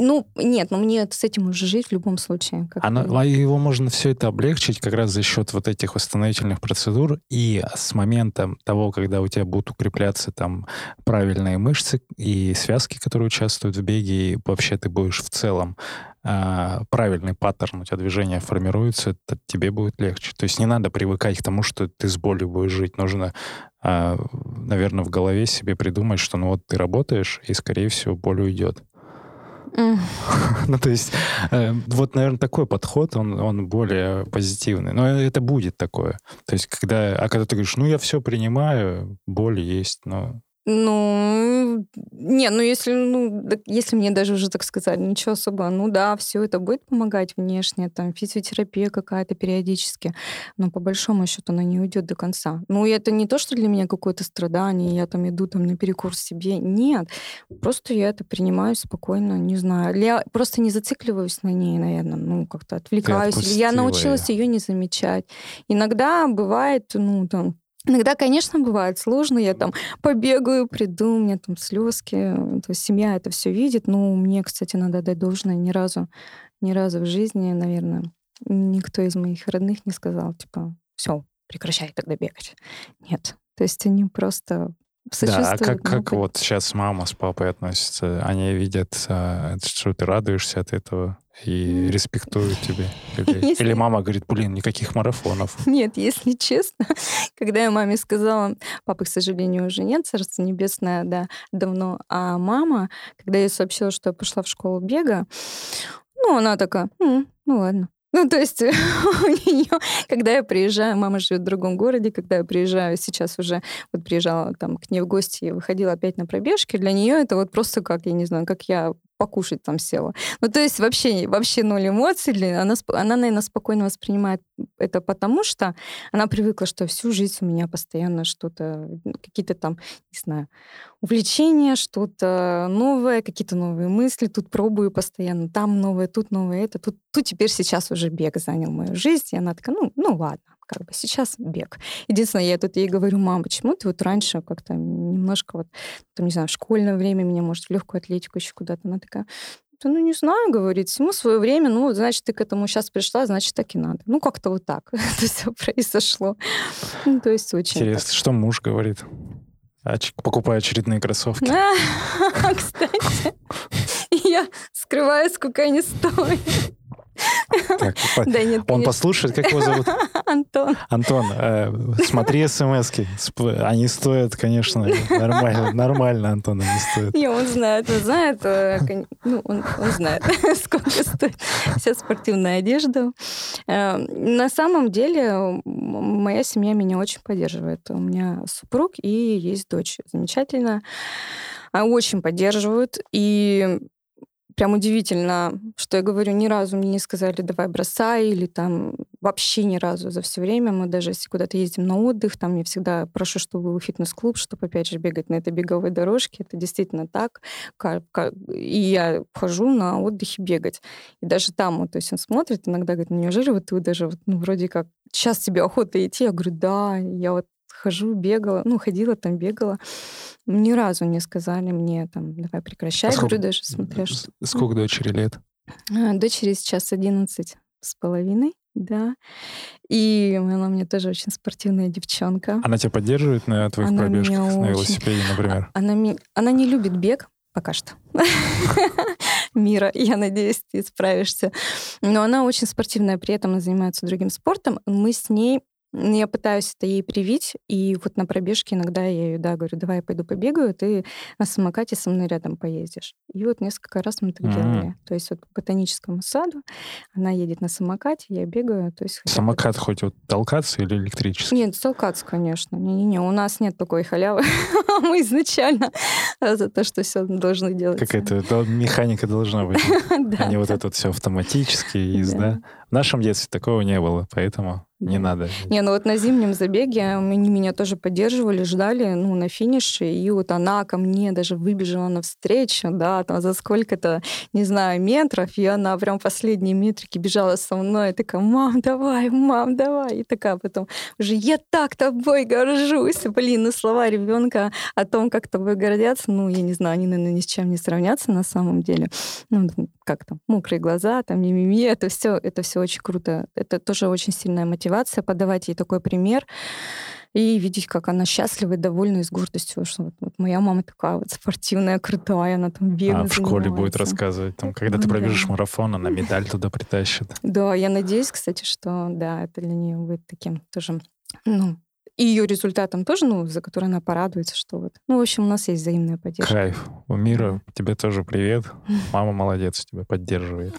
Мне с этим уже жить в любом случае. А его можно все это облегчить как раз за счет вот этих восстановительных процедур, и с момента того, когда у тебя будут укрепляться там правильные мышцы и связки, которые участвуют в беге, и вообще ты будешь в целом правильный паттерн у тебя движения формируется, это тебе будет легче. То есть не надо привыкать к тому, что ты с болью будешь жить. Нужно, наверное, в голове себе придумать, что ты работаешь, и, скорее всего, боль уйдет. То есть вот, наверное, такой подход, он более позитивный. Но это будет такое. То есть когда ты говоришь, я все принимаю, боль есть, но... Если мне даже уже так сказали, ничего особо, все это будет помогать внешне, там, физиотерапия какая-то периодически, но по большому счету она не уйдет до конца. И это не то, что для меня какое-то страдание, я там иду там наперекор себе, нет, просто я это принимаю спокойно, не знаю, я просто не зацикливаюсь на ней, наверное, как-то отвлекаюсь, или я научилась ее не замечать. Иногда бывает, Иногда, конечно, бывает сложно, я там побегаю, приду, у меня там слезки, то есть семья это все видит, но мне, кстати, надо дать должное, ни разу в жизни, наверное, никто из моих родных не сказал, типа, все, прекращай тогда бегать. Нет. То есть они просто сочувствуют. Да, как вот сейчас мама с папой относятся? Они видят, что ты радуешься от этого и респектуют тебя? Или мама говорит, никаких марафонов? Нет, если честно, когда я маме сказала, папы, к сожалению, уже нет, царство небесное, да, давно, а мама, когда я сообщила, что я пошла в школу бега, она такая, ладно. То есть у нее, когда я приезжаю, мама живет в другом городе, когда я приезжаю, сейчас уже приезжала там к ней в гости и выходила опять на пробежки, для нее это просто как, я не знаю, как я покушать там села. То есть вообще 0 эмоций. Она, наверное, спокойно воспринимает это потому, что она привыкла, что всю жизнь у меня постоянно что-то, какие-то там, не знаю, увлечения, что-то новое, какие-то новые мысли. Тут пробую постоянно, там новое, тут новое, это. Тут теперь сейчас уже бег занял мою жизнь. И она такая, ладно. Сейчас бег. Единственное, я тут ей говорю, мам, почему ты раньше как-то немножко не знаю, в школьное время меня, может, в легкую атлетику еще куда-то. Она такая, не знаю, говорит, всему свое время, значит, ты к этому сейчас пришла, значит, так и надо. Как-то вот так это все произошло. То есть очень... Интересно, что муж говорит? Покупаю очередные кроссовки. Кстати, я скрываю, сколько они стоят. Да, нет, он послушает, как его зовут? Антон, смотри смс-ки. Они стоят, конечно, нормально, Антон, они стоят. Он знает, он знает, сколько стоит вся спортивная одежда. На самом деле, моя семья меня очень поддерживает. У меня супруг и есть дочь. Замечательно. Очень поддерживают. И прям удивительно, что я говорю, ни разу мне не сказали, давай бросай, или там вообще ни разу за все время. Мы даже если куда-то ездим на отдых, там я всегда прошу, чтобы был фитнес-клуб, чтобы опять же бегать на этой беговой дорожке. Это действительно так. И я хожу на отдыхе бегать. И даже там, то есть он смотрит, иногда говорит, неужели ты даже вроде как сейчас тебе охота идти? Я говорю, да, я хожу, бегала, ходила там, бегала. Ни разу не сказали мне, давай прекращай. Говорю, даже смотря что... Сколько дочери лет? Дочери сейчас 11,5, да. И она у меня тоже очень спортивная девчонка. Она тебя поддерживает на твоих пробежках, на велосипеде, например? Она не любит бег пока что. Мира, я надеюсь, ты справишься. Но она очень спортивная, при этом она занимается другим спортом. Мы с ней... Я пытаюсь это ей привить, и на пробежке иногда я ей говорю, давай я пойду побегаю, ты на самокате со мной рядом поездишь. И несколько раз мы так делали. То есть по ботаническому саду она едет на самокате, я бегаю. То есть самокат хоть толкаться или электрический? Нет, толкаться, конечно. Не-не-не, у нас нет такой халявы. Мы изначально за то, что все должны делать. Какая-то механика должна быть, а не это все автоматически езда. В нашем детстве такого не было, поэтому не надо. На зимнем забеге они меня тоже поддерживали, ждали, на финише, и она ко мне даже выбежала навстречу, да, там за сколько-то, не знаю, метров, и она прям последние метрики бежала со мной, и такая, мам, давай, и такая потом уже, я так тобой горжусь. Слова ребенка о том, как тобой гордятся, я не знаю, они, наверное, ни с чем не сравнятся на самом деле. Как там, мокрые глаза, там, мимими, это все очень круто. Это тоже очень сильная мотивация, подавать ей такой пример и видеть, как она счастлива и довольна, и с гордостью, что моя мама такая спортивная, крутая, она там бегает. В школе будет рассказывать, когда ты пробежишь марафон, она медаль туда притащит. Да, я надеюсь, кстати, что да, это для нее будет таким тоже, и ее результатом тоже, за который она порадуется, что в общем, у нас есть взаимная поддержка. Кайф. У Мира тебе тоже привет. Мама молодец, тебя поддерживает.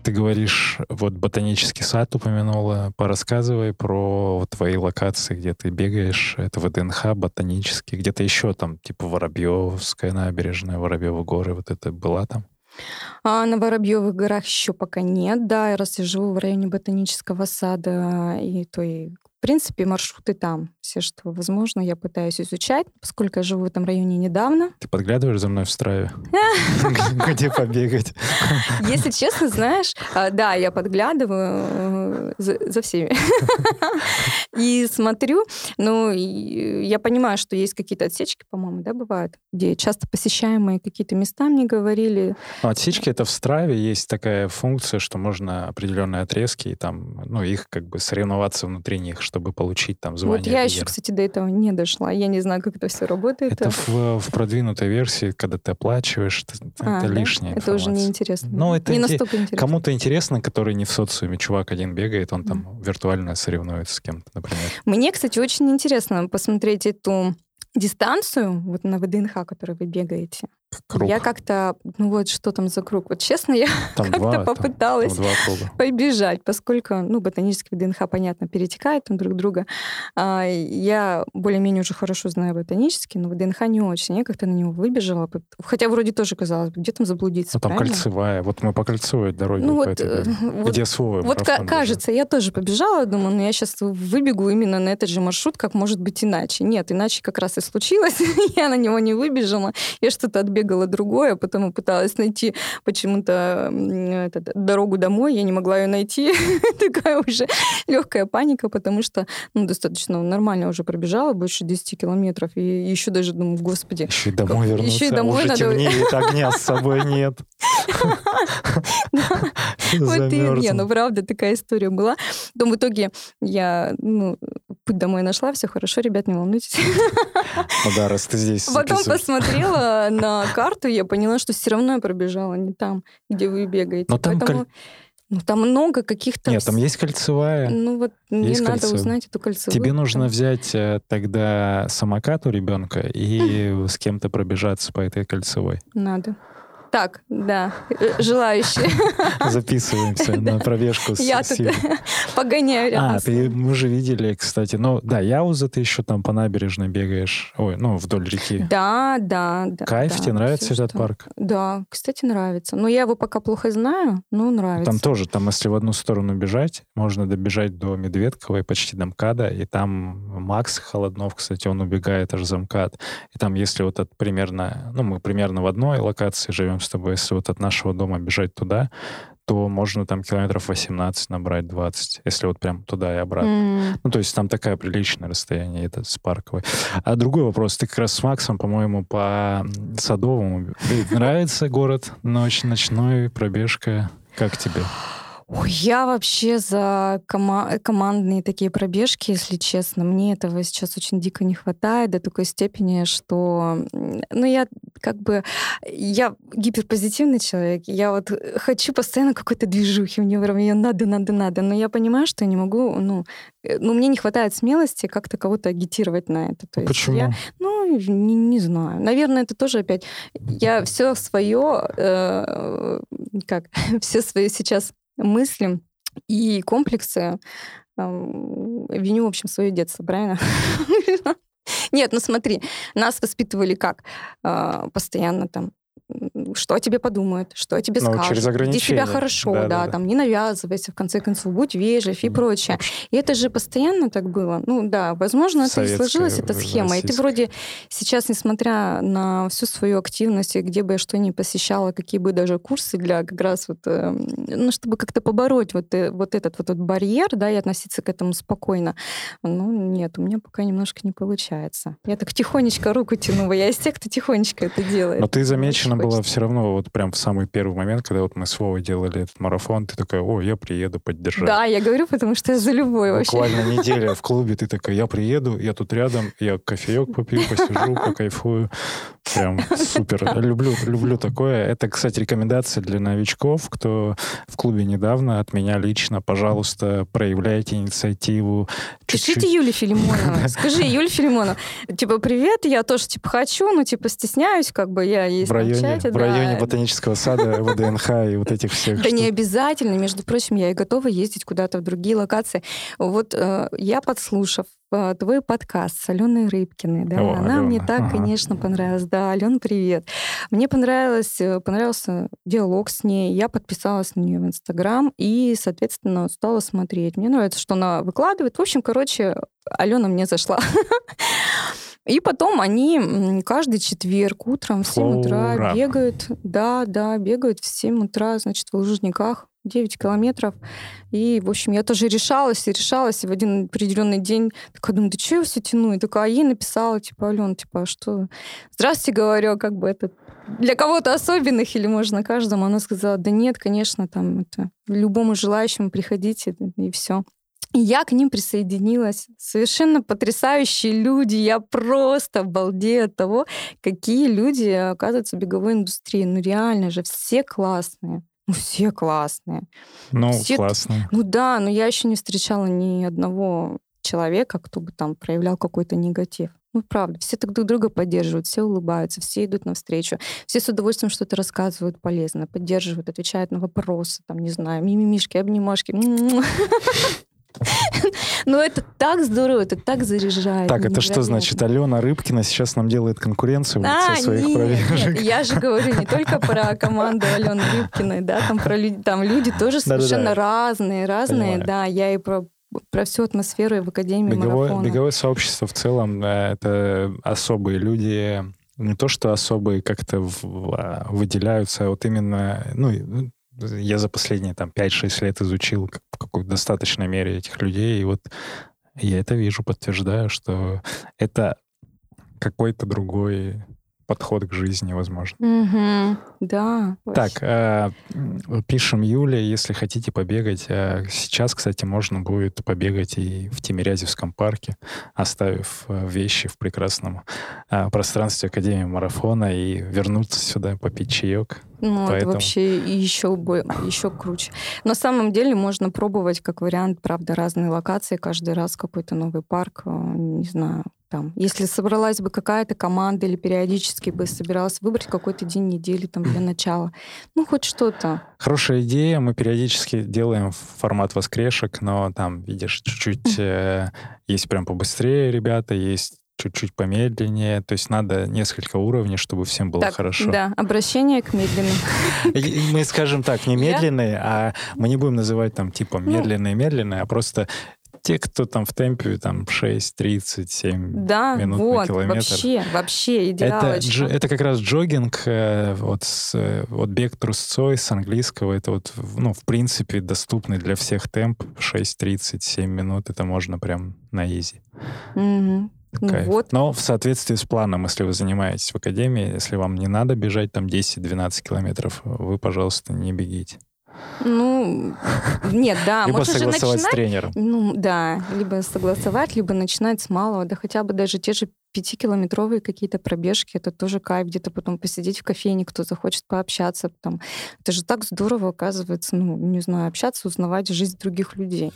Ты говоришь, вот ботанический сад упомянула. Порассказывай про вот твои локации, где ты бегаешь. Это ВДНХ, ботанический. Где-то еще там, типа Воробьевская набережная, Воробьевы горы. Вот это была там? На Воробьевых горах еще пока нет, да, я раз я живу в районе Ботанического сада, в принципе, маршруты там. Все, что возможно, я пытаюсь изучать, поскольку я живу в этом районе недавно. Ты подглядываешь за мной в Страве? Где побегать? Если честно, знаешь, да, я подглядываю за всеми. И смотрю, я понимаю, что есть какие-то отсечки, по-моему, да, бывают, где часто посещаемые какие-то места мне говорили. Отсечки — это в Страве есть такая функция, что можно определенные отрезки и там, их как бы соревноваться внутри них, чтобы получить там звание. Вот я еще, кстати, до этого не дошла. Я не знаю, как это все работает. Это в продвинутой версии, когда ты оплачиваешь, это лишняя информация. Это уже неинтересно. Это не настолько интересно. Кому-то интересно, который не в социуме. Чувак один бегает, он там виртуально соревнуется с кем-то, например. Мне, кстати, очень интересно посмотреть эту дистанцию вот на ВДНХ, которую вы бегаете. Круг. Я как-то, что там за круг? Вот честно, я там как-то попыталась там 2 круга. побежать, поскольку, ботанический ВДНХ, понятно, перетекает там друг друга. Я более-менее уже хорошо знаю ботанический, но ВДНХ не очень. Я как-то на него выбежала, хотя вроде тоже казалось бы, где там заблудиться, там правильно? кольцевая. Вот мы по кольцевой дороге. Где свой марафон. Кажется, я тоже побежала, думаю, я сейчас выбегу именно на этот же маршрут, как может быть иначе. Нет, иначе как раз и случилось. Я на него не выбежала. Я что-то отбегала другое, потом пыталась найти почему-то дорогу домой, я не могла ее найти. Такая уже легкая паника, потому что достаточно нормально уже пробежала, больше 10 километров, и еще даже думаю, господи. Еще и домой вернуться. Еще и домой уже надо... темнеет, огня с собой нет. Правда, такая история была. Потом в итоге я путь домой нашла, все хорошо, ребят, не волнуйтесь. Да, раз ты здесь. Потом посмотрела на карту, я поняла, что все равно я пробежала не там, где вы бегаете. Но там там много каких-то... Нет, там есть кольцевая. Мне надо узнать эту кольцевую. Тебе нужно взять тогда самокат у ребенка и с кем-то пробежаться по этой кольцевой. Надо. Так, да, желающие. Записываемся на пробежку с Я тут погоняю рядом. Мы же видели, кстати. Яуза ты еще там по набережной бегаешь. Вдоль реки. Да. Кайф, тебе нравится этот парк? Да, кстати, нравится. Но я его пока плохо знаю, но нравится. Там тоже, если в одну сторону бежать, можно добежать до Медведковой, почти до МКАДа, и там Макс Холоднов, кстати, он убегает аж за МКАД. И там, если примерно, мы примерно в одной локации живем с тобой, если от нашего дома бежать туда, то можно там километров 18 набрать, 20, если прям туда и обратно. То есть там такое приличное расстояние, это с парковой. А другой вопрос. Ты как раз с Максом, по-моему, по Садовому. Нравится город? Ночной, пробежка? Как тебе? Я вообще за командные такие пробежки, если честно. Мне этого сейчас очень дико не хватает до такой степени, что... Я гиперпозитивный человек. Я хочу постоянно какой-то движухи. Мне прям ее надо. Но я понимаю, что я не могу... мне не хватает смелости как-то кого-то агитировать на это. То есть почему? Не знаю. Наверное, это тоже опять... Я все свое... все свои сейчас мысли и комплексы виню, в общем, свое детство, правильно? Нет, смотри, нас воспитывали как? Постоянно там, что о тебе подумают, что о тебе скажут. Через ограничения. Веди себя хорошо, там, не навязывайся, в конце концов, будь вежлив и прочее. И это же постоянно так было. Возможно, это и сложилась эта схема. И ты вроде сейчас, несмотря на всю свою активность, и где бы я что ни посещала, какие бы даже курсы для как раз чтобы как-то побороть этот барьер, да, и относиться к этому спокойно. Нет, у меня пока немножко не получается. Я так тихонечко руку тяну, я из тех, кто тихонечко это делает. Но ты замечена была все равно прям в самый первый момент, когда мы с Вовой делали этот марафон, ты такая, я приеду поддержать. Да, я говорю, потому что я за любой вообще. Буквально неделя в клубе, ты такая, я приеду, я тут рядом, я кофеек попью, посижу, покайфую. Прям супер. Люблю такое. Это, кстати, рекомендация для новичков, кто в клубе недавно, от меня лично. Пожалуйста, проявляйте инициативу. Пишите Юле Филимоновой. Скажи, Юля Филимонова, привет, я тоже, хочу, стесняюсь, я есть в районе встречайте. В районе Ботанического сада, ВДНХ и вот этих всех Да штук. не обязательно. Между прочим, я и готова ездить куда-то в другие локации. Вот я, подслушав твой подкаст с Аленой Рыбкиной, да, она мне так, конечно, понравилась. Да, Алена, привет. Мне понравился диалог с ней. Я подписалась на нее в Инстаграм и, соответственно, стала смотреть. Мне нравится, что она выкладывает. В общем, короче, Алена мне зашла. И потом они каждый четверг утром в 7 утра бегают. Да, бегают в 7 утра, значит, в Лужниках. 9 километров. И, в общем, я тоже решалась, и в один определенный день такая думаю, да что я все тяну? И такая, ей написала, типа, Алена, типа, что? Здравствуйте, говорю, как бы это для кого-то особенных или можно каждому? Она сказала, да нет, конечно, там это любому желающему приходите, и все. И я к ним присоединилась. Совершенно потрясающие люди. Я просто балдею от того, какие люди оказываются в беговой индустрии. Ну реально же, все классные. Ну, все классные. Ну, все классно. Ну да, но я еще не встречала ни одного человека, кто бы там проявлял какой-то негатив. Ну, правда, все так друг друга поддерживают, все улыбаются, все идут навстречу, все с удовольствием что-то рассказывают полезно, поддерживают, отвечают на вопросы, там, не знаю, мимимишки, обнимашки. Ну, это так здорово, это так заряжает. Так, это что значит? Алена Рыбкина сейчас нам делает конкуренцию в лице своих пробежек? Нет, я же говорю не только про команду Алены Рыбкиной, да, там люди тоже совершенно разные, да, я и про всю атмосферу в Академии марафона. Беговое сообщество в целом, это особые люди, не то что особые как-то выделяются, а вот именно, ну, я за последние там 5-6 лет изучил в какой-то достаточной мере этих людей, и вот я это вижу, подтверждаю, что это какой-то другой подход к жизни, возможно. Да. Так, пишем Юле, если хотите побегать. Сейчас, кстати, можно будет побегать и в Тимирязевском парке, оставив вещи в прекрасном пространстве Академии марафона и вернуться сюда, попить чаек. Ну, это вообще еще круче. На самом деле можно пробовать как вариант, правда, разные локации, каждый раз какой-то новый парк, не знаю, там. Если собралась бы какая-то команда или периодически бы собиралась выбрать какой-то день недели там для начала. Ну, хоть что-то. Хорошая идея. Мы периодически делаем формат воскрешек, но там, видишь, чуть-чуть есть прям побыстрее ребята, есть чуть-чуть помедленнее. То есть надо несколько уровней, чтобы всем было хорошо. Да, обращение к медленным. Мы скажем так, не медленные, а мы не будем называть там типа медленные, а просто те, кто там в темпе там 6:37 минут на километр. Вообще идеалочка. Это как раз джогинг, вот бег трусцой с английского, это вот, ну, в принципе, доступный для всех темп. 6:37 минут, это можно прям на изи. Вот. Но в соответствии с планом, если вы занимаетесь в академии, если вам не надо бежать там 10-12 километров, вы, пожалуйста, не бегите. Ну, нет, да. Либо можно согласовать же начинать, с тренером. Ну, да, либо согласовать, либо начинать с малого, да хотя бы даже те же 5-километровые какие-то пробежки, это тоже кайф, где-то потом посидеть в кофейне, кто захочет пообщаться. Там. Это же так здорово, оказывается, ну, не знаю, общаться, узнавать жизнь других людей.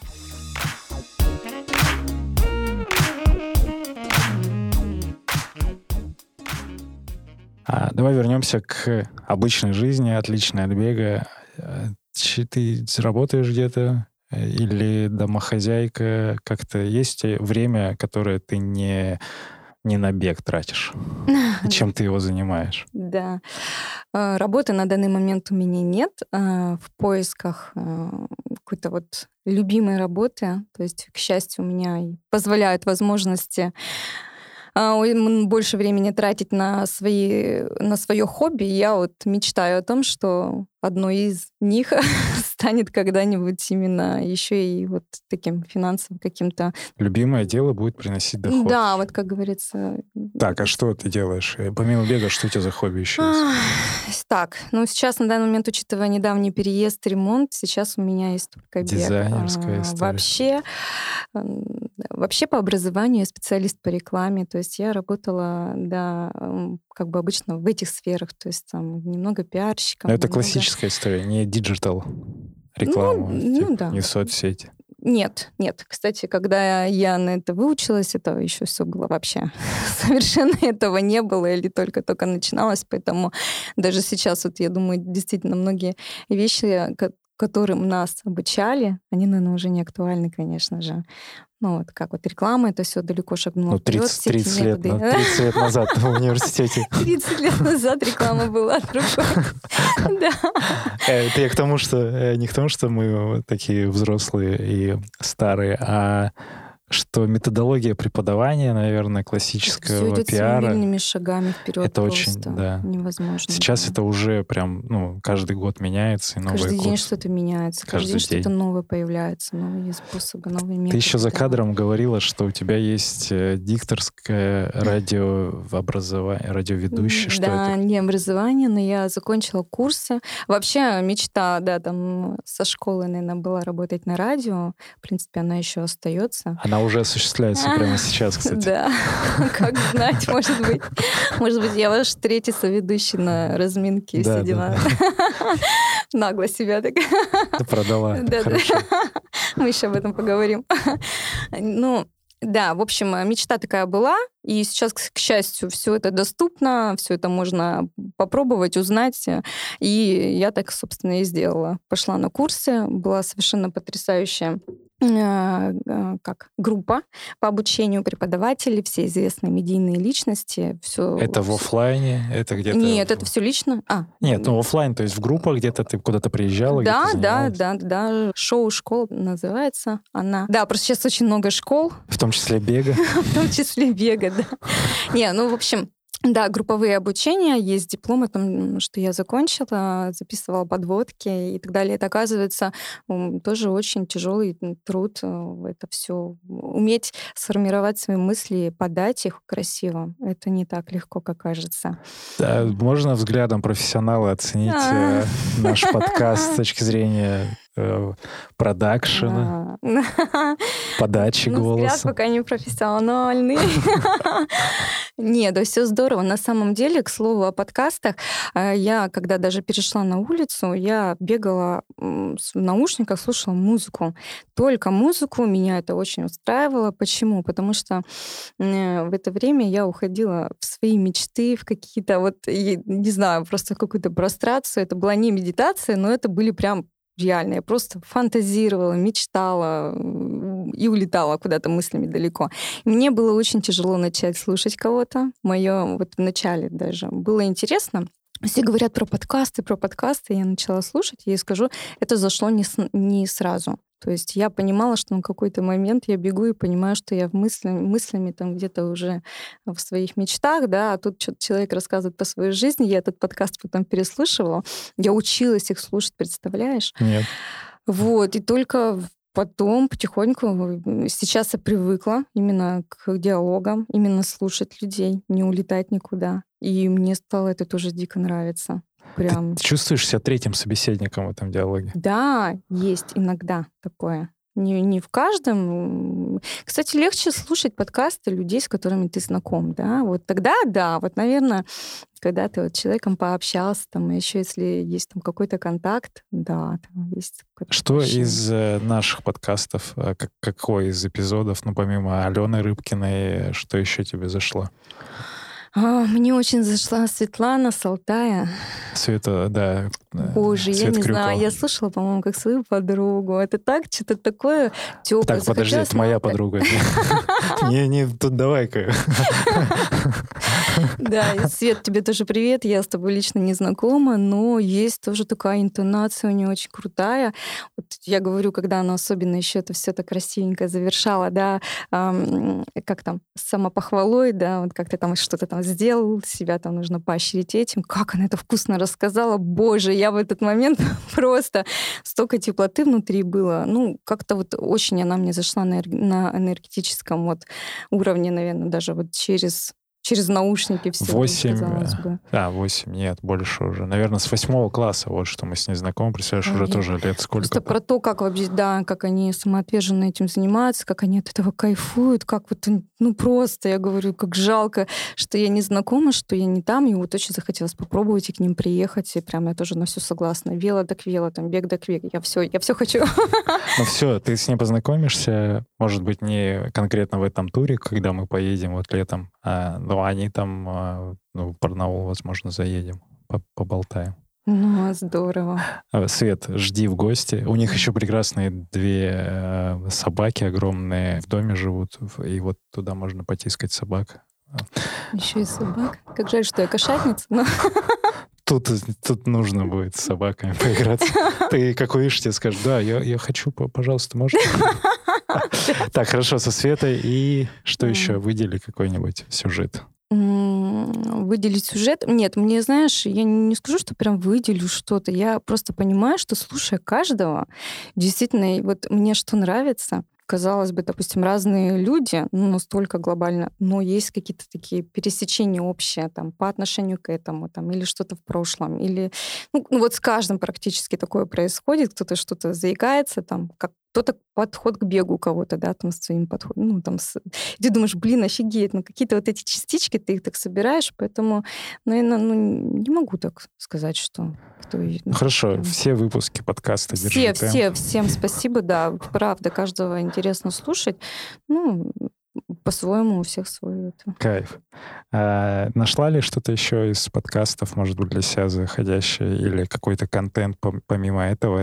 Давай вернемся к обычной жизни, отличной от бега. Ты работаешь где-то или домохозяйка? Как-то есть время, которое ты не на бег тратишь? И чем ты его занимаешь? Да. Работы на данный момент у меня нет. В поисках какой-то вот любимой работы. То есть, к счастью, у меня позволяют возможности больше времени тратить на свое хобби. Я вот мечтаю о том, что одно из них станет когда-нибудь именно еще и вот таким финансовым каким-то... Любимое дело будет приносить доход. Да, вот как говорится... Так, а что ты делаешь? Помимо бега, что у тебя за хобби еще есть? Так, ну сейчас на данный момент, учитывая недавний переезд, ремонт, сейчас у меня есть только бег. Дизайнерская история. Вообще по образованию я специалист по рекламе, то есть я работала, да, как бы обычно в этих сферах, то есть там немного пиарщиком. Но это классическая история, не диджитал реклама, да. не соцсети. Нет. Кстати, когда я на это выучилась, это еще все было вообще совершенно этого не было или только-только начиналось, поэтому даже сейчас, вот я думаю, действительно многие вещи, которым нас обучали, они, наверное, уже не актуальны, конечно же. Ну, вот как вот реклама, это все далеко шагнуло вперед. 30 лет назад в университете. 30 лет назад реклама была другой. Да. Это я к тому, что не к тому, что мы такие взрослые и старые, а что методология преподавания, наверное, классического идет пиара... семимильными шагами вперед. Это очень, да. Невозможно. Сейчас это уже прям, каждый год меняется, и новый Каждый курс. день что-то меняется, каждый день что-то новое появляется, новые способы, новые методы. Ты еще за кадром говорила, что у тебя есть дикторское радиообразование, радиоведущее. Что да, это? не образование, но я закончила курсы. Вообще мечта, да, там со школы, наверное, была работать на радио. В принципе, она еще остается. Она уже осуществляется прямо сейчас, кстати. Да, как знать, может быть. Может быть, я ваш третий соведущий на разминке сидела. Нагло себя так. Ты продала. Хорошо. Мы еще об этом поговорим. Ну, да, в общем, мечта такая была, и сейчас, к счастью, все это доступно, все это можно попробовать, узнать, и я так, собственно, и сделала. Пошла на курсы, была совершенно потрясающая группа по обучению преподавателей, все известные медийные личности. Все. Это в офлайне? Это где-то? Нет, это все лично. Нет, офлайн, то есть в группах где-то ты куда-то приезжала? Да. Шоу-школа называется она. Да, просто сейчас очень много школ. В том числе бега? В том числе бега, да. В общем, да, групповые обучения, есть диплом о том, что я закончила, записывала подводки и так далее. Это, оказывается, тоже очень тяжелый труд. Это все уметь сформировать свои мысли, подать их красиво. Это не так легко, как кажется. Да, можно взглядом профессионала оценить наш подкаст с точки зрения продакшена, подачи голоса? Взгляд пока не профессиональный. Нет, да все здорово. На самом деле, к слову о подкастах, я, когда даже перешла на улицу, я бегала в наушниках, слушала музыку. Только музыку, меня это очень устраивало. Почему? Потому что в это время я уходила в свои мечты, в какие-то не знаю, просто в какую-то прострацию. Это была не медитация, но это были прям реально. Я просто фантазировала, мечтала и улетала куда-то мыслями далеко. И мне было очень тяжело начать слушать кого-то. Мое в начале даже было интересно. Все говорят про подкасты. Я начала слушать, и я скажу, это зашло не сразу. То есть я понимала, что на какой-то момент я бегу и понимаю, что я мыслями там где-то уже в своих мечтах, да, а тут что-то человек рассказывает по своей жизни, я этот подкаст потом переслушивала, я училась их слушать, представляешь? Нет. И только потом потихоньку, сейчас я привыкла именно к диалогам, именно слушать людей, не улетать никуда. И мне стало это тоже дико нравиться. Прям. Ты чувствуешь себя третьим собеседником в этом диалоге? Да, есть иногда такое. Не в каждом. Кстати, легче слушать подкасты людей, с которыми ты знаком, да. Тогда, да, наверное, когда ты с человеком пообщался, там, еще если есть там какой-то контакт, да, там есть какое-то Что общение. из наших подкастов, какой из эпизодов, помимо Алены Рыбкиной, что еще тебе зашло? Мне очень зашла Светлана с Алтая. Света, да. Боже, я не знаю, я слушала, по-моему, как свою подругу. Это так, что-то такое теплое. Так, подожди, это моя подруга. Не, тут давай-ка. Да, Свет, тебе тоже привет. Я с тобой лично не знакома, но есть тоже такая интонация у нее очень крутая. Я говорю, когда она особенно еще это все так красивенько завершала, да, как там, с самопохвалой, да, как ты там что-то там сделал, себя там нужно поощрить этим. Как она это вкусно рассказала. Боже, я в этот момент просто столько теплоты внутри было. Как-то очень она мне зашла на энергетическом уровне, наверное, даже через через наушники все, 8, казалось бы. 8, нет, больше уже. Наверное, с 8 класса, вот что мы с ней знакомы, представляешь, уже тоже лет сколько. Просто про то, как вообще, да, как они самоотверженно этим занимаются, как они от этого кайфуют, как вот, ну просто, я говорю, как жалко, что я не знакома, что я не там, и вот очень захотелось попробовать и к ним приехать, и прям я тоже на все согласна. Вело так вело, там, бег так бег, я все хочу. Ну все, ты с ней познакомишься, может быть, не конкретно в этом туре, когда мы поедем вот летом, но они там, в Барнаул, возможно, заедем, поболтаем. Ну, здорово. Свет, жди в гости. У них еще прекрасные 2 собаки огромные в доме живут, и вот туда можно потискать собак. Еще и собак. Как жаль, что я кошатница, но... Тут нужно будет с собаками поиграться. Ты, как увидишь, тебе скажешь, да, я хочу, пожалуйста, можно? Так, хорошо, со Светой. И что еще? Выдели какой-нибудь сюжет. Выделить сюжет? Нет, мне, знаешь, я не скажу, что прям выделю что-то. Я просто понимаю, что, слушая каждого, действительно, вот мне что нравится, казалось бы, допустим, разные люди, настолько глобально, но есть какие-то такие пересечения общие там, по отношению к этому, там, или что-то в прошлом, или... Ну, вот с каждым практически такое происходит, кто-то что-то заикается, там, как кто-то подход к бегу у кого-то, да, там, с своим подходом, И ты думаешь, блин, офигеть, какие-то вот эти частички, ты их так собираешь, поэтому, наверное, не могу так сказать, что... Хорошо, прям... все выпуски подкаста «Держи темп». Всем спасибо, да, правда, каждого интересно слушать, по-своему у всех свой. Кайф. Нашла ли что-то еще из подкастов, может быть, для себя заходящее, или какой-то контент помимо этого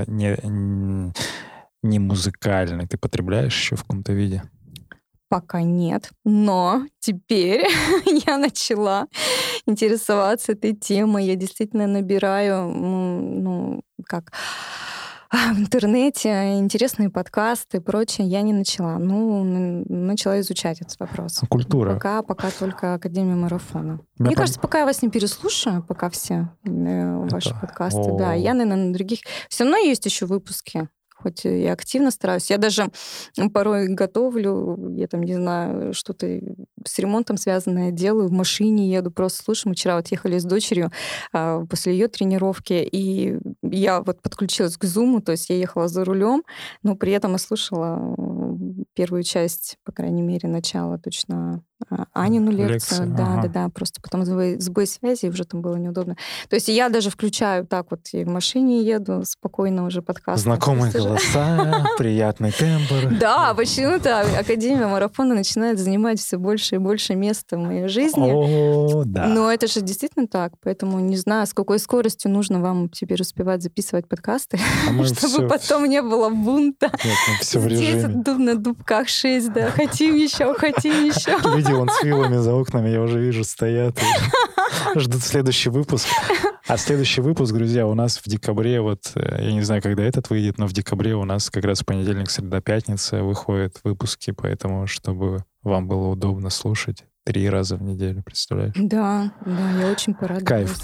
не музыкальный? Ты потребляешь еще в каком-то виде? Пока нет, но теперь я начала интересоваться этой темой. Я действительно набираю, в интернете интересные подкасты и прочее. Я не начала. Начала изучать этот вопрос. Культура. Пока только Академия марафона. Мне кажется, пока я вас не переслушаю, пока все ваши подкасты. Да, я, наверное, на других... Все равно есть еще выпуски. Хоть и активно стараюсь. Я даже порой готовлю, я там, не знаю, что-то с ремонтом связанное делаю, в машине еду, просто слушаю. Мы вчера вот ехали с дочерью после ее тренировки, и я вот подключилась к Zoom, то есть я ехала за рулем, но при этом я слушала первую часть, по крайней мере, начало точно Анину лекцию. Да, просто потом сбой связи, уже там было неудобно. То есть я даже включаю так вот, и в машине еду, спокойно уже подкаст. Знакомые голоса, приятный тембр. Да, почему-то Академия марафона начинает занимать все больше и больше места в моей жизни. О, да. Но это же действительно так, поэтому не знаю, с какой скоростью нужно вам теперь успевать записывать подкасты, чтобы потом не было бунта. Нет, мы все в режиме. Здесь на дубках 6, да, хотим еще. Люди вон с вилами за окнами, я уже вижу, стоят и ждут следующий выпуск. А следующий выпуск, друзья, у нас в декабре, я не знаю, когда этот выйдет, но в декабре у нас как раз понедельник, среда, пятница выходят выпуски, поэтому, чтобы вам было удобно слушать 3 раза в неделю, представляешь? Да, я очень порадуюсь. Кайф.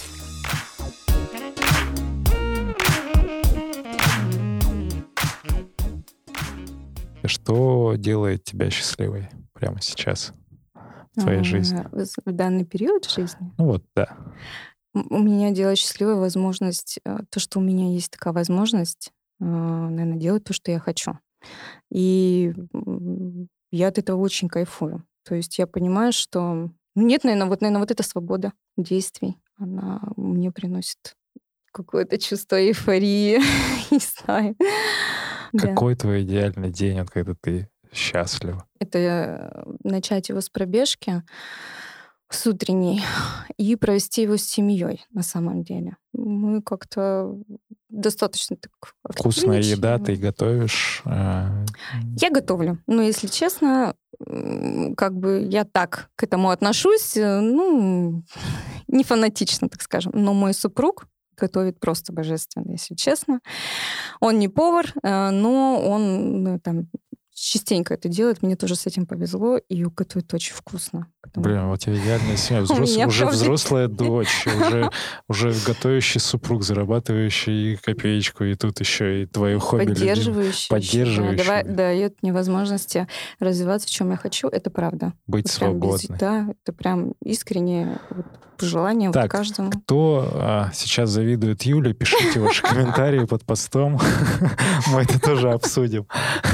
Что делает тебя счастливой прямо сейчас в твоей жизни? В данный период жизни? Да. У меня делает счастливой возможность, то, что у меня есть такая возможность, наверное, делать то, что я хочу. И я от этого очень кайфую. То есть я понимаю, что нет, наверное, вот эта свобода действий, она мне приносит какое-то чувство эйфории, не знаю. Какой твой идеальный день, когда ты счастлива? Это начать его с пробежки, с утренней, и провести его с семьей, на самом деле. Мы как-то достаточно так Вкусная еда ты готовишь? Я готовлю. Но, если честно, я так к этому отношусь, не фанатично, так скажем. Но мой супруг готовит просто божественно, если честно. Он не повар, но он частенько это делает. Мне тоже с этим повезло, и готовит очень вкусно. Блин, вот я идеальная семья. Уже взрослая дочь, уже готовящий супруг, зарабатывающий копеечку, и тут еще и твое хобби. Поддерживающий. Дает мне возможности развиваться, в чем я хочу. Это правда. Быть свободной. Да, это прям искреннее пожелание каждому. Кто сейчас завидует Юле, пишите ваши комментарии под постом. Мы это тоже обсудим.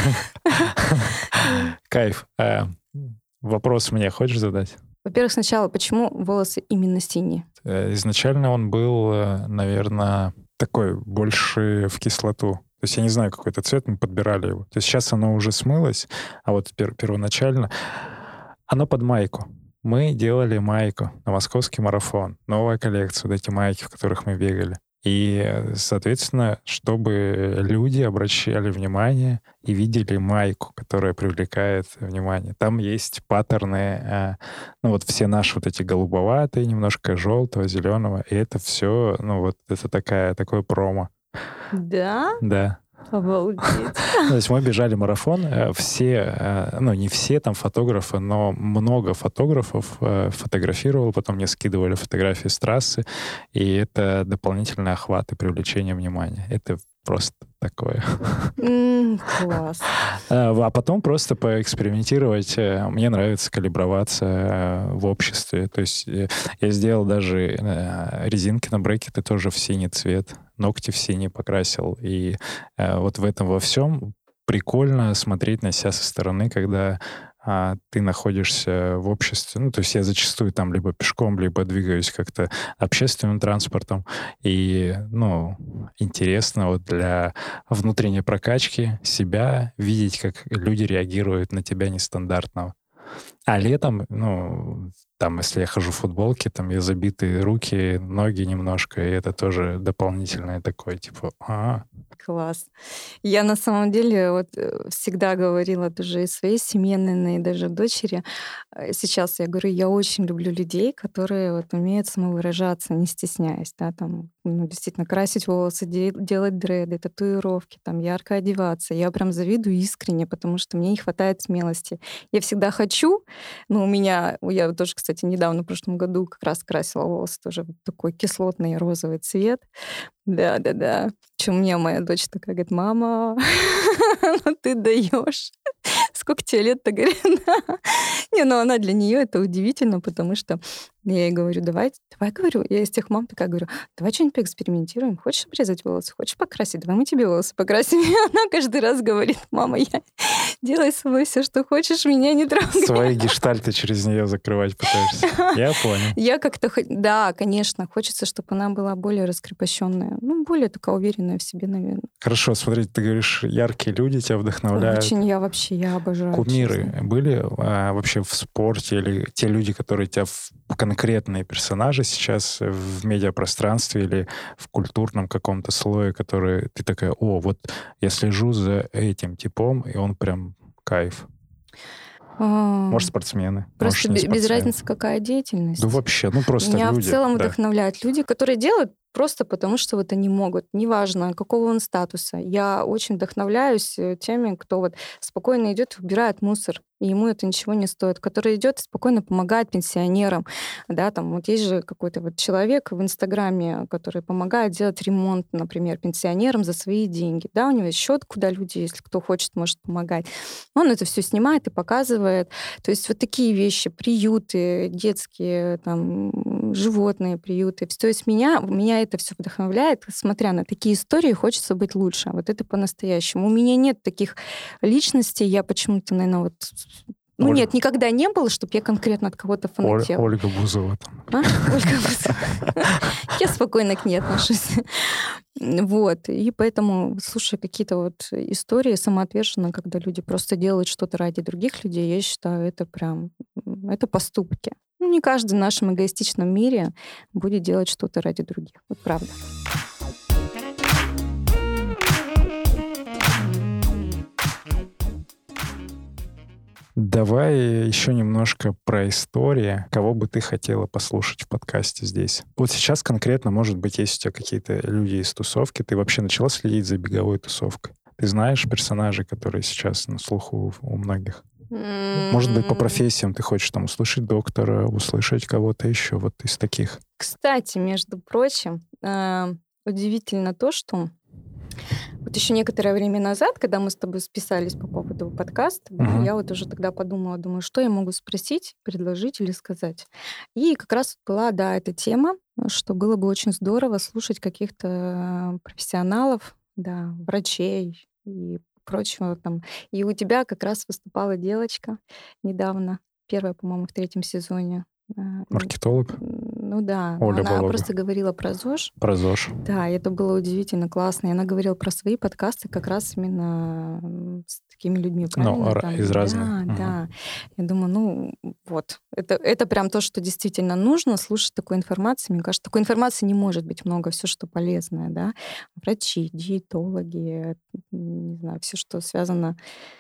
Кайф. Вопрос мне хочешь задать? Во-первых, сначала, почему волосы именно синие? Изначально он был, наверное, такой больше в кислоту. То есть я не знаю, какой это цвет, мы подбирали его. То есть сейчас оно уже смылось, а вот первоначально оно под майку. Мы делали майку на московский марафон. Новая коллекция, вот эти майки, в которых мы бегали. И, соответственно, чтобы люди обращали внимание и видели майку, которая привлекает внимание. Там есть паттерны, ну вот все наши вот эти голубоватые, немножко желтого, зеленого. И это все, ну вот это такое промо. Да? Да. Обалдеть. То есть мы бежали марафон, все, ну не все там фотографы, но много фотографов фотографировал, потом мне скидывали фотографии с трассы, и это дополнительный охват и привлечение внимания. Это просто такое. Класс. А потом просто поэкспериментировать. Мне нравится калиброваться в обществе. То есть я сделал даже резинки на брекеты тоже в синий цвет. Ногти в синий покрасил. И вот в этом во всем прикольно смотреть на себя со стороны, когда ты находишься в обществе. Ну, то есть я зачастую там либо пешком, либо двигаюсь как-то общественным транспортом. И, ну, интересно вот для внутренней прокачки себя видеть, как люди реагируют на тебя нестандартного. А летом, ну, там, если я хожу в футболке, там я забитые руки, ноги немножко, и это тоже дополнительное такое, типа, Класс. Я на самом деле вот всегда говорила тоже и своей семье, наверное, и даже дочери. Сейчас я говорю, я очень люблю людей, которые вот умеют самовыражаться, не стесняясь, да, там, ну, действительно, красить волосы, делать дреды, татуировки, там, ярко одеваться. Я прям завидую искренне, потому что мне не хватает смелости. Я всегда хочу, но я тоже, кстати, недавно, в прошлом году как раз красила волосы тоже в такой кислотный розовый цвет. Да. Чем мне моя дочь такая говорит: мама, ну ты даешь. Сколько тебе лет-то, говорит? Не, ну она для нее это удивительно, потому что я ей говорю, давай, говорю, я из тех мам такая говорю, давай что-нибудь поэкспериментируем. Хочешь обрезать волосы? Хочешь покрасить? Давай мы тебе волосы покрасим. И она каждый раз говорит: мама, я делай с собой все, что хочешь, меня не трогай. Свои гештальты через нее закрывать пытаешься. Я понял. Я как-то, да, конечно, хочется, чтобы она была более раскрепощенная, ну, более такая уверенная в себе, наверное. Хорошо, смотри, ты говоришь, яркие люди тебя вдохновляют. Очень, я обожаю. Кумиры честно. Были вообще в спорте или те люди, которые тебя конкретные персонажи сейчас в медиапространстве или в культурном каком-то слое, которые ты такая, вот я слежу за этим типом, и он прям кайф. Может, спортсмены. Просто может, без разницы, какая деятельность. Да вообще, просто Меня люди. в целом вдохновляют люди, которые делают просто потому, что вот они могут. Неважно, какого он статуса. Я очень вдохновляюсь теми, кто вот спокойно идет и убирает мусор, и ему это ничего не стоит, который идет и спокойно помогает пенсионерам. Да, там вот есть же какой-то вот человек в Инстаграме, который помогает делать ремонт, например, пенсионерам за свои деньги. Да, у него есть счет, куда люди, если кто хочет, может помогать. Он это все снимает и показывает. То есть вот такие вещи, приюты детские, там, животные приюты. То есть меня это все вдохновляет. Смотря на такие истории, хочется быть лучше. Вот это по-настоящему. У меня нет таких личностей. Я почему-то, наверное, вот... Ну нет, никогда не было, чтобы я конкретно от кого-то фанатела. Ольга Бузова там. Ольга Бузова. Я спокойно к ней отношусь. Вот. И поэтому, слушая какие-то вот истории самоотверженно, когда люди просто делают что-то ради других людей, я считаю, это прям... Это поступки. Ну, не каждый в нашем эгоистичном мире будет делать что-то ради других. Вот правда. Давай еще немножко про истории. Кого бы ты хотела послушать в подкасте здесь? Вот сейчас конкретно, может быть, есть у тебя какие-то люди из тусовки. Ты вообще начала следить за беговой тусовкой? Ты знаешь персонажей, которые сейчас на слуху у многих? Может быть, по профессиям ты хочешь там услышать доктора, услышать кого-то еще вот из таких? Кстати, между прочим, удивительно то, что вот еще некоторое время назад, когда мы с тобой списались по поводу подкаста, да, я вот уже тогда подумала, думаю, что я могу спросить, предложить или сказать. И как раз была, да, эта тема, что было бы очень здорово слушать каких-то профессионалов, да, врачей и прочего там. И у тебя как раз выступала девочка недавно, первая, по-моему, в 3 сезоне. Маркетолог? Ну да, Оля она Балога. просто говорила про ЗОЖ. Про ЗОЖ. Да, и это было удивительно классно. И она говорила про свои подкасты как раз именно с такими людьми, правильно? Ну, Там, из разных. Да, да. Я думаю, ну вот, это прям то, что действительно нужно, слушать такой информации. Мне кажется, такой информации не может быть много, все, что полезное, да. Врачи, диетологи, не знаю, все, что связано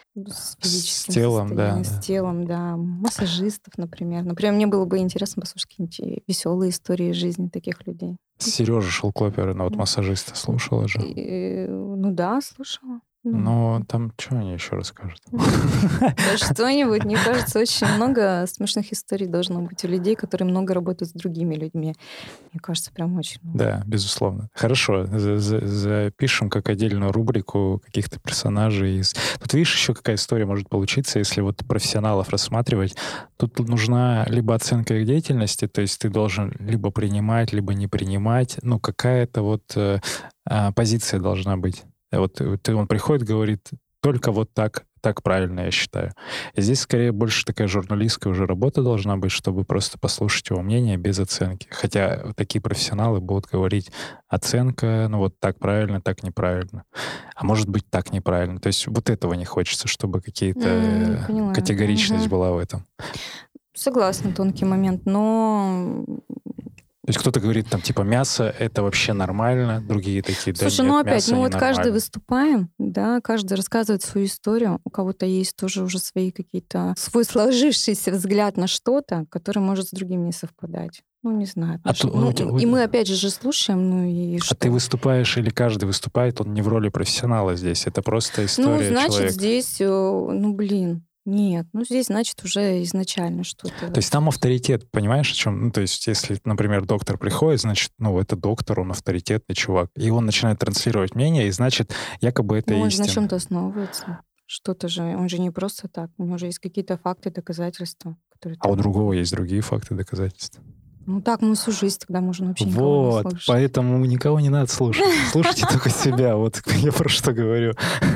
с физическим телом, да, состоянием, с телом, да. Массажистов, например. Например, мне было бы интересно послушать какие-нибудь веселые истории жизни таких людей. Сережа Шелклопер, ну вот массажиста слушала же. Ну да, слушала. Но там что они еще расскажут? Да что-нибудь. Мне кажется, очень много смешных историй должно быть у людей, которые много работают с другими людьми. Мне кажется, прям очень много. Да, безусловно. Хорошо, запишем как отдельную рубрику каких-то персонажей. Тут видишь, еще какая история может получиться, если вот профессионалов рассматривать. Тут нужна либо оценка их деятельности, то есть ты должен либо принимать, либо не принимать. Ну, какая-то вот позиция должна быть. Вот он приходит, говорит, только вот так правильно, я считаю. И здесь скорее больше такая журналистская уже работа должна быть, чтобы просто послушать его мнение без оценки. Хотя такие профессионалы будут говорить, оценка, ну вот так правильно, так неправильно. А может быть, так неправильно. То есть вот этого не хочется, чтобы какие-то категоричность была в этом. Согласна, тонкий момент, но... То есть кто-то говорит, там, типа, мясо — это вообще нормально, другие такие, да, Слушай, нет, ну опять, мясо мы вот ненормально. каждый выступаем, да, каждый рассказывает свою историю, у кого-то есть тоже уже свои какие-то, свой сложившийся взгляд на что-то, который может с другим не совпадать. Ну, не знаю. И мы, опять же, слушаем, ну и что? А ты выступаешь или каждый выступает, он не в роли профессионала здесь, это просто история человека. Ну, значит, здесь, нет, здесь, значит, уже изначально что-то. То есть там авторитет, понимаешь, о чем? Ну, то есть если, например, доктор приходит, значит, это доктор, он авторитетный чувак, и он начинает транслировать мнение, и значит, якобы это истина. Он же на чем-то основывается. Что-то же, он же не просто так, у него же есть какие-то факты, доказательства. А у другого есть другие факты, доказательства. Ну так, всю жизнь тогда можно вообще никого не слушать. Поэтому никого не надо слушать. Слушайте только себя. Вот я про что говорю.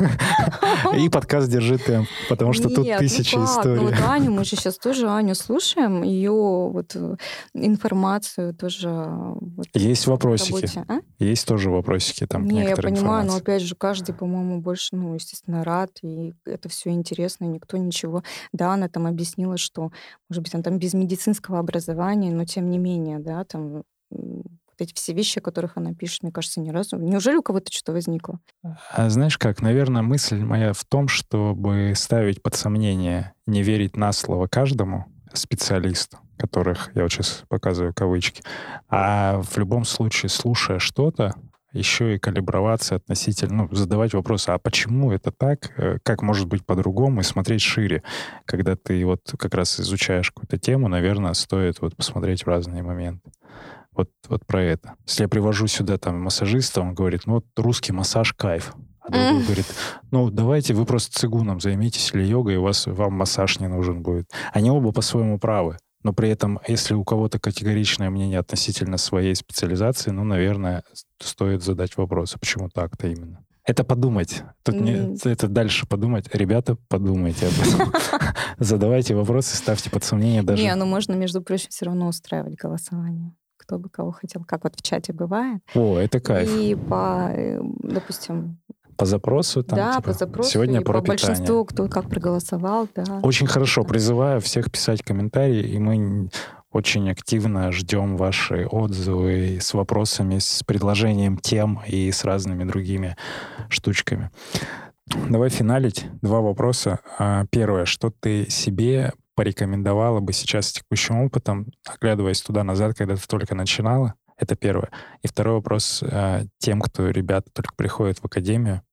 И подкаст «Держи темп», потому что тут тысячи историй. Ну вот Аню, мы же сейчас тоже Аню слушаем, ее вот информацию тоже... Есть вопросики. Есть тоже вопросики там. Не, я понимаю, но опять же, каждый, по-моему, больше, естественно, рад, и это все интересно, никто ничего... Да, она там объяснила, что, может быть, она там без медицинского образования, но тем не менее, да, там вот эти все вещи, о которых она пишет, мне кажется, ни разу... Неужели у кого-то что-то возникло? А знаешь как? Наверное, мысль моя в том, чтобы ставить под сомнение, не верить на слово каждому специалисту, которых я вот сейчас показываю кавычки, а в любом случае, слушая что-то, еще и калиброваться относительно, задавать вопросы, а почему это так, как может быть по-другому, и смотреть шире. Когда ты вот как раз изучаешь какую-то тему, наверное, стоит вот посмотреть в разные моменты. Вот про это. Если я привожу сюда там массажиста, он говорит, русский массаж — кайф. А другой говорит, давайте вы просто цигуном займитесь или йогой, и вам массаж не нужен будет. Они оба по-своему правы. Но при этом, если у кого-то категоричное мнение относительно своей специализации, наверное, стоит задать вопрос, а почему так-то именно? Это подумать. Это дальше подумать. Ребята, подумайте об этом. Задавайте вопросы, ставьте под сомнение даже... Не, можно, между прочим, все равно устраивать голосование. Кто бы кого хотел. Как вот в чате бывает. О, это кайф. И допустим... По запросу там, да, по запросу. Сегодня и про по питание. Большинству, кто как проголосовал, да. Очень хорошо. Призываю всех писать комментарии, и мы очень активно ждем ваши отзывы с вопросами, с предложением тем и с разными другими штучками. Давай финалить. 2 вопроса. Первое. Что ты себе порекомендовала бы сейчас с текущим опытом, оглядываясь туда-назад, когда ты только начинала? Это первое. И второй вопрос тем, ребята только приходят в академию.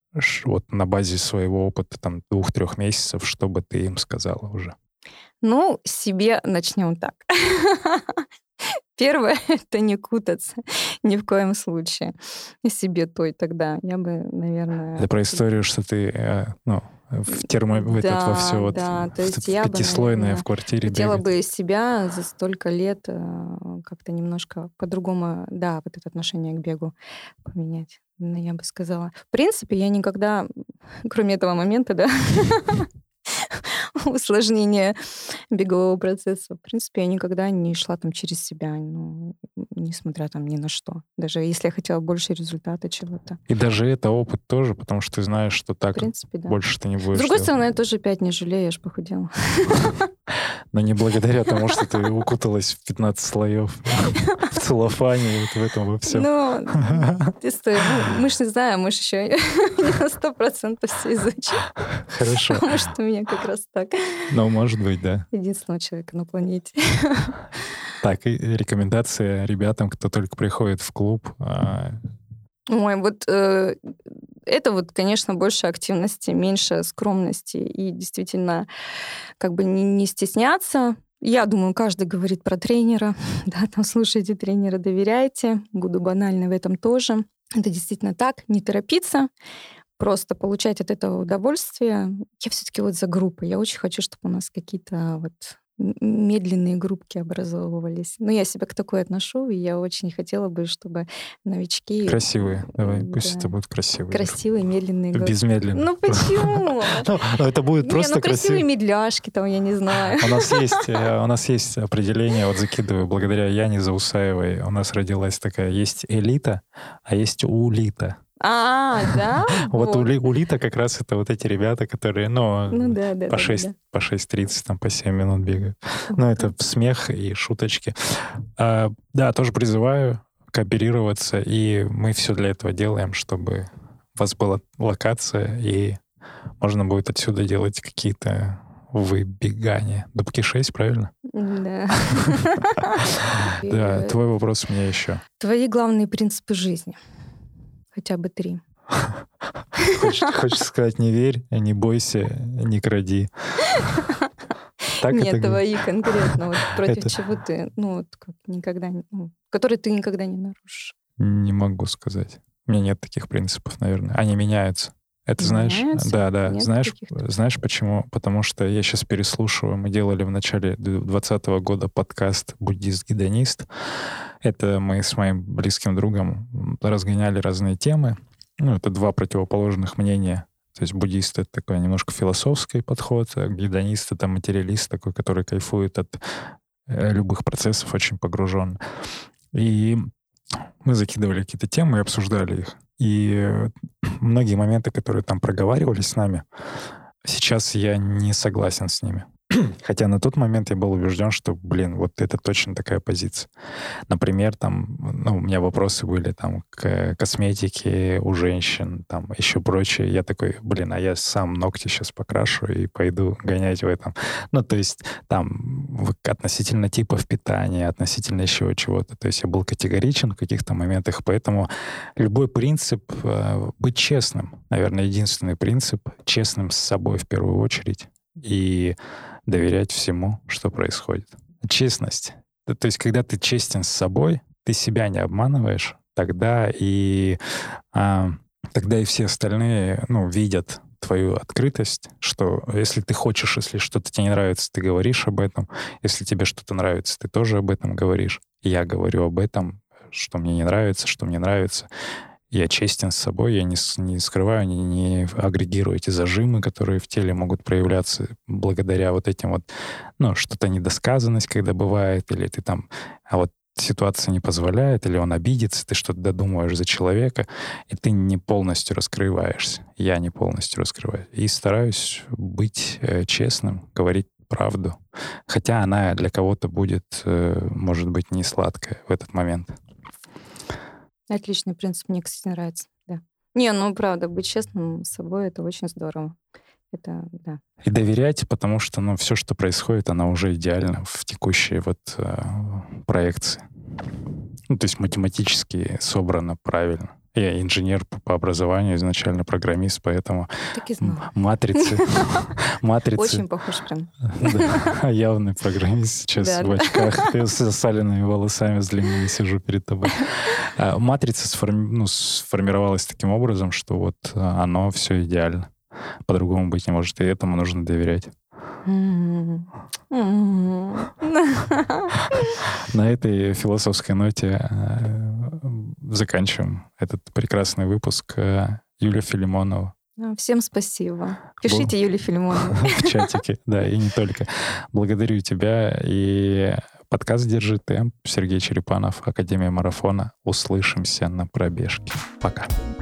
вот на базе своего опыта там 2-3 месяцев, что бы ты им сказала уже? Ну, себе начнем так. Первое — это не кутаться ни в коем случае. И себе той тогда. Я бы, наверное... Это про историю, что ты, во все вот то есть я бы, пятислойное наверное, в квартире хотела бегать. бы себя за столько лет как-то немножко по-другому, да, вот это отношение к бегу поменять. Я бы сказала. В принципе, я никогда, кроме этого момента, да, усложнения бегового процесса. В принципе, я никогда не шла там через себя, несмотря там ни на что. Даже если я хотела больше результата чего-то. И даже это опыт тоже, потому что ты знаешь, что В так принципе, да. больше ты не будешь С другой делать. стороны, я тоже опять не жалею, я ж похудела. Но не благодаря тому, что ты укуталась в 15 слоев в целлофане, вот в этом во всем. Ну, мы ж не знаем, мы ж еще не на 100% все изучим. Хорошо. Может, у меня как раз так. Ну, может быть, да. Единственного человека на планете. Так, и рекомендация ребятам, кто только приходит в клуб. Ой, вот это вот, конечно, больше активности, меньше скромности. И действительно, как бы не стесняться. Я думаю, каждый говорит про тренера. Да, там слушайте тренера, доверяйте. Буду банальной в этом тоже. Это действительно так. Не торопиться. Просто получать от этого удовольствие. Я все-таки вот за группы. Я очень хочу, чтобы у нас какие-то вот медленные группки образовывались. Но я себя к такой отношу, и я очень хотела бы, чтобы новички... Красивые. Давай, пусть это будут красивые. Красивые, медленные группки. Без медленных. Ну почему? Это будет просто красивые красиво. медляшки там, я не знаю. У нас есть определение, вот закидываю, благодаря Яне Заусаевой у нас родилась такая, есть элита, а есть улита. Да? Вот улита как раз это вот эти ребята, которые, по 6:30, там, по 7 минут бегают. Ну, это смех и шуточки. Да, тоже призываю кооперироваться, и мы все для этого делаем, чтобы у вас была локация, и можно будет отсюда делать какие-то выбегания. Дубки 6, правильно? Да. Да, твой вопрос у меня еще. Твои главные принципы жизни. Хотя бы 3. Хочешь сказать, не верь, не бойся, не кради. Так Нет, твои конкретно. Вот против чего ты, как никогда, которые ты никогда не нарушишь. Не могу сказать. У меня нет таких принципов, наверное. Они меняются. Это знаешь? Да. Знаешь почему? Потому что я сейчас переслушиваю. Мы делали в начале 2020 года подкаст «Буддист-гедонист». Это мы с моим близким другом разгоняли разные темы. Это 2 противоположных мнения. То есть буддист — это такой немножко философский подход, а гедонист — это материалист такой, который кайфует от любых процессов, очень погружен. И мы закидывали какие-то темы и обсуждали их. И многие моменты, которые там проговаривались с нами, сейчас я не согласен с ними. Хотя на тот момент я был убежден, что, вот это точно такая позиция. Например, там, у меня вопросы были там к косметике у женщин, там, еще прочее. Я такой, а я сам ногти сейчас покрашу и пойду гонять в этом. То есть там относительно типов питания, относительно еще чего-то. То есть я был категоричен в каких-то моментах, поэтому любой принцип быть честным, наверное, единственный принцип, честным с собой в первую очередь и доверять всему, что происходит. Честность. То есть, когда ты честен с собой, ты себя не обманываешь, тогда и все остальные, видят твою открытость, что если ты хочешь, если что-то тебе не нравится, ты говоришь об этом. Если тебе что-то нравится, ты тоже об этом говоришь. Я говорю об этом, что мне не нравится, что мне нравится. Я честен с собой, я не скрываю, не агрегирую эти зажимы, которые в теле могут проявляться благодаря вот этим вот, что-то недосказанность, когда бывает, или ты там, а вот ситуация не позволяет, или он обидится, ты что-то додумываешь за человека, и ты не полностью раскрываешься. Я не полностью раскрываюсь. И стараюсь быть честным, говорить правду. Хотя она для кого-то будет, может быть, не сладкая в этот момент. Отличный принцип, мне, кстати, нравится. Да. Правда, быть честным с собой — это очень здорово. Это, да. И доверяйте, потому что, все, что происходит, оно уже идеально в текущей проекции. То есть математически собрано правильно. Я инженер по образованию, изначально программист, поэтому Так и знала. матрицы. Очень похож прям. Да, явный программист сейчас Да, в да. очках, с засаленными волосами, с длинными сижу перед тобой. Матрица сформировалась таким образом, что вот оно все идеально. По-другому быть не может, и этому нужно доверять. На этой философской ноте заканчиваем этот прекрасный выпуск. Юлия Филимонова. Всем спасибо. Пишите Юлии Филимоновой. В чатике, да, и не только. Благодарю тебя. И подкаст «Держи темп». Сергей Черепанов, Академия марафона. Услышимся на пробежке. Пока.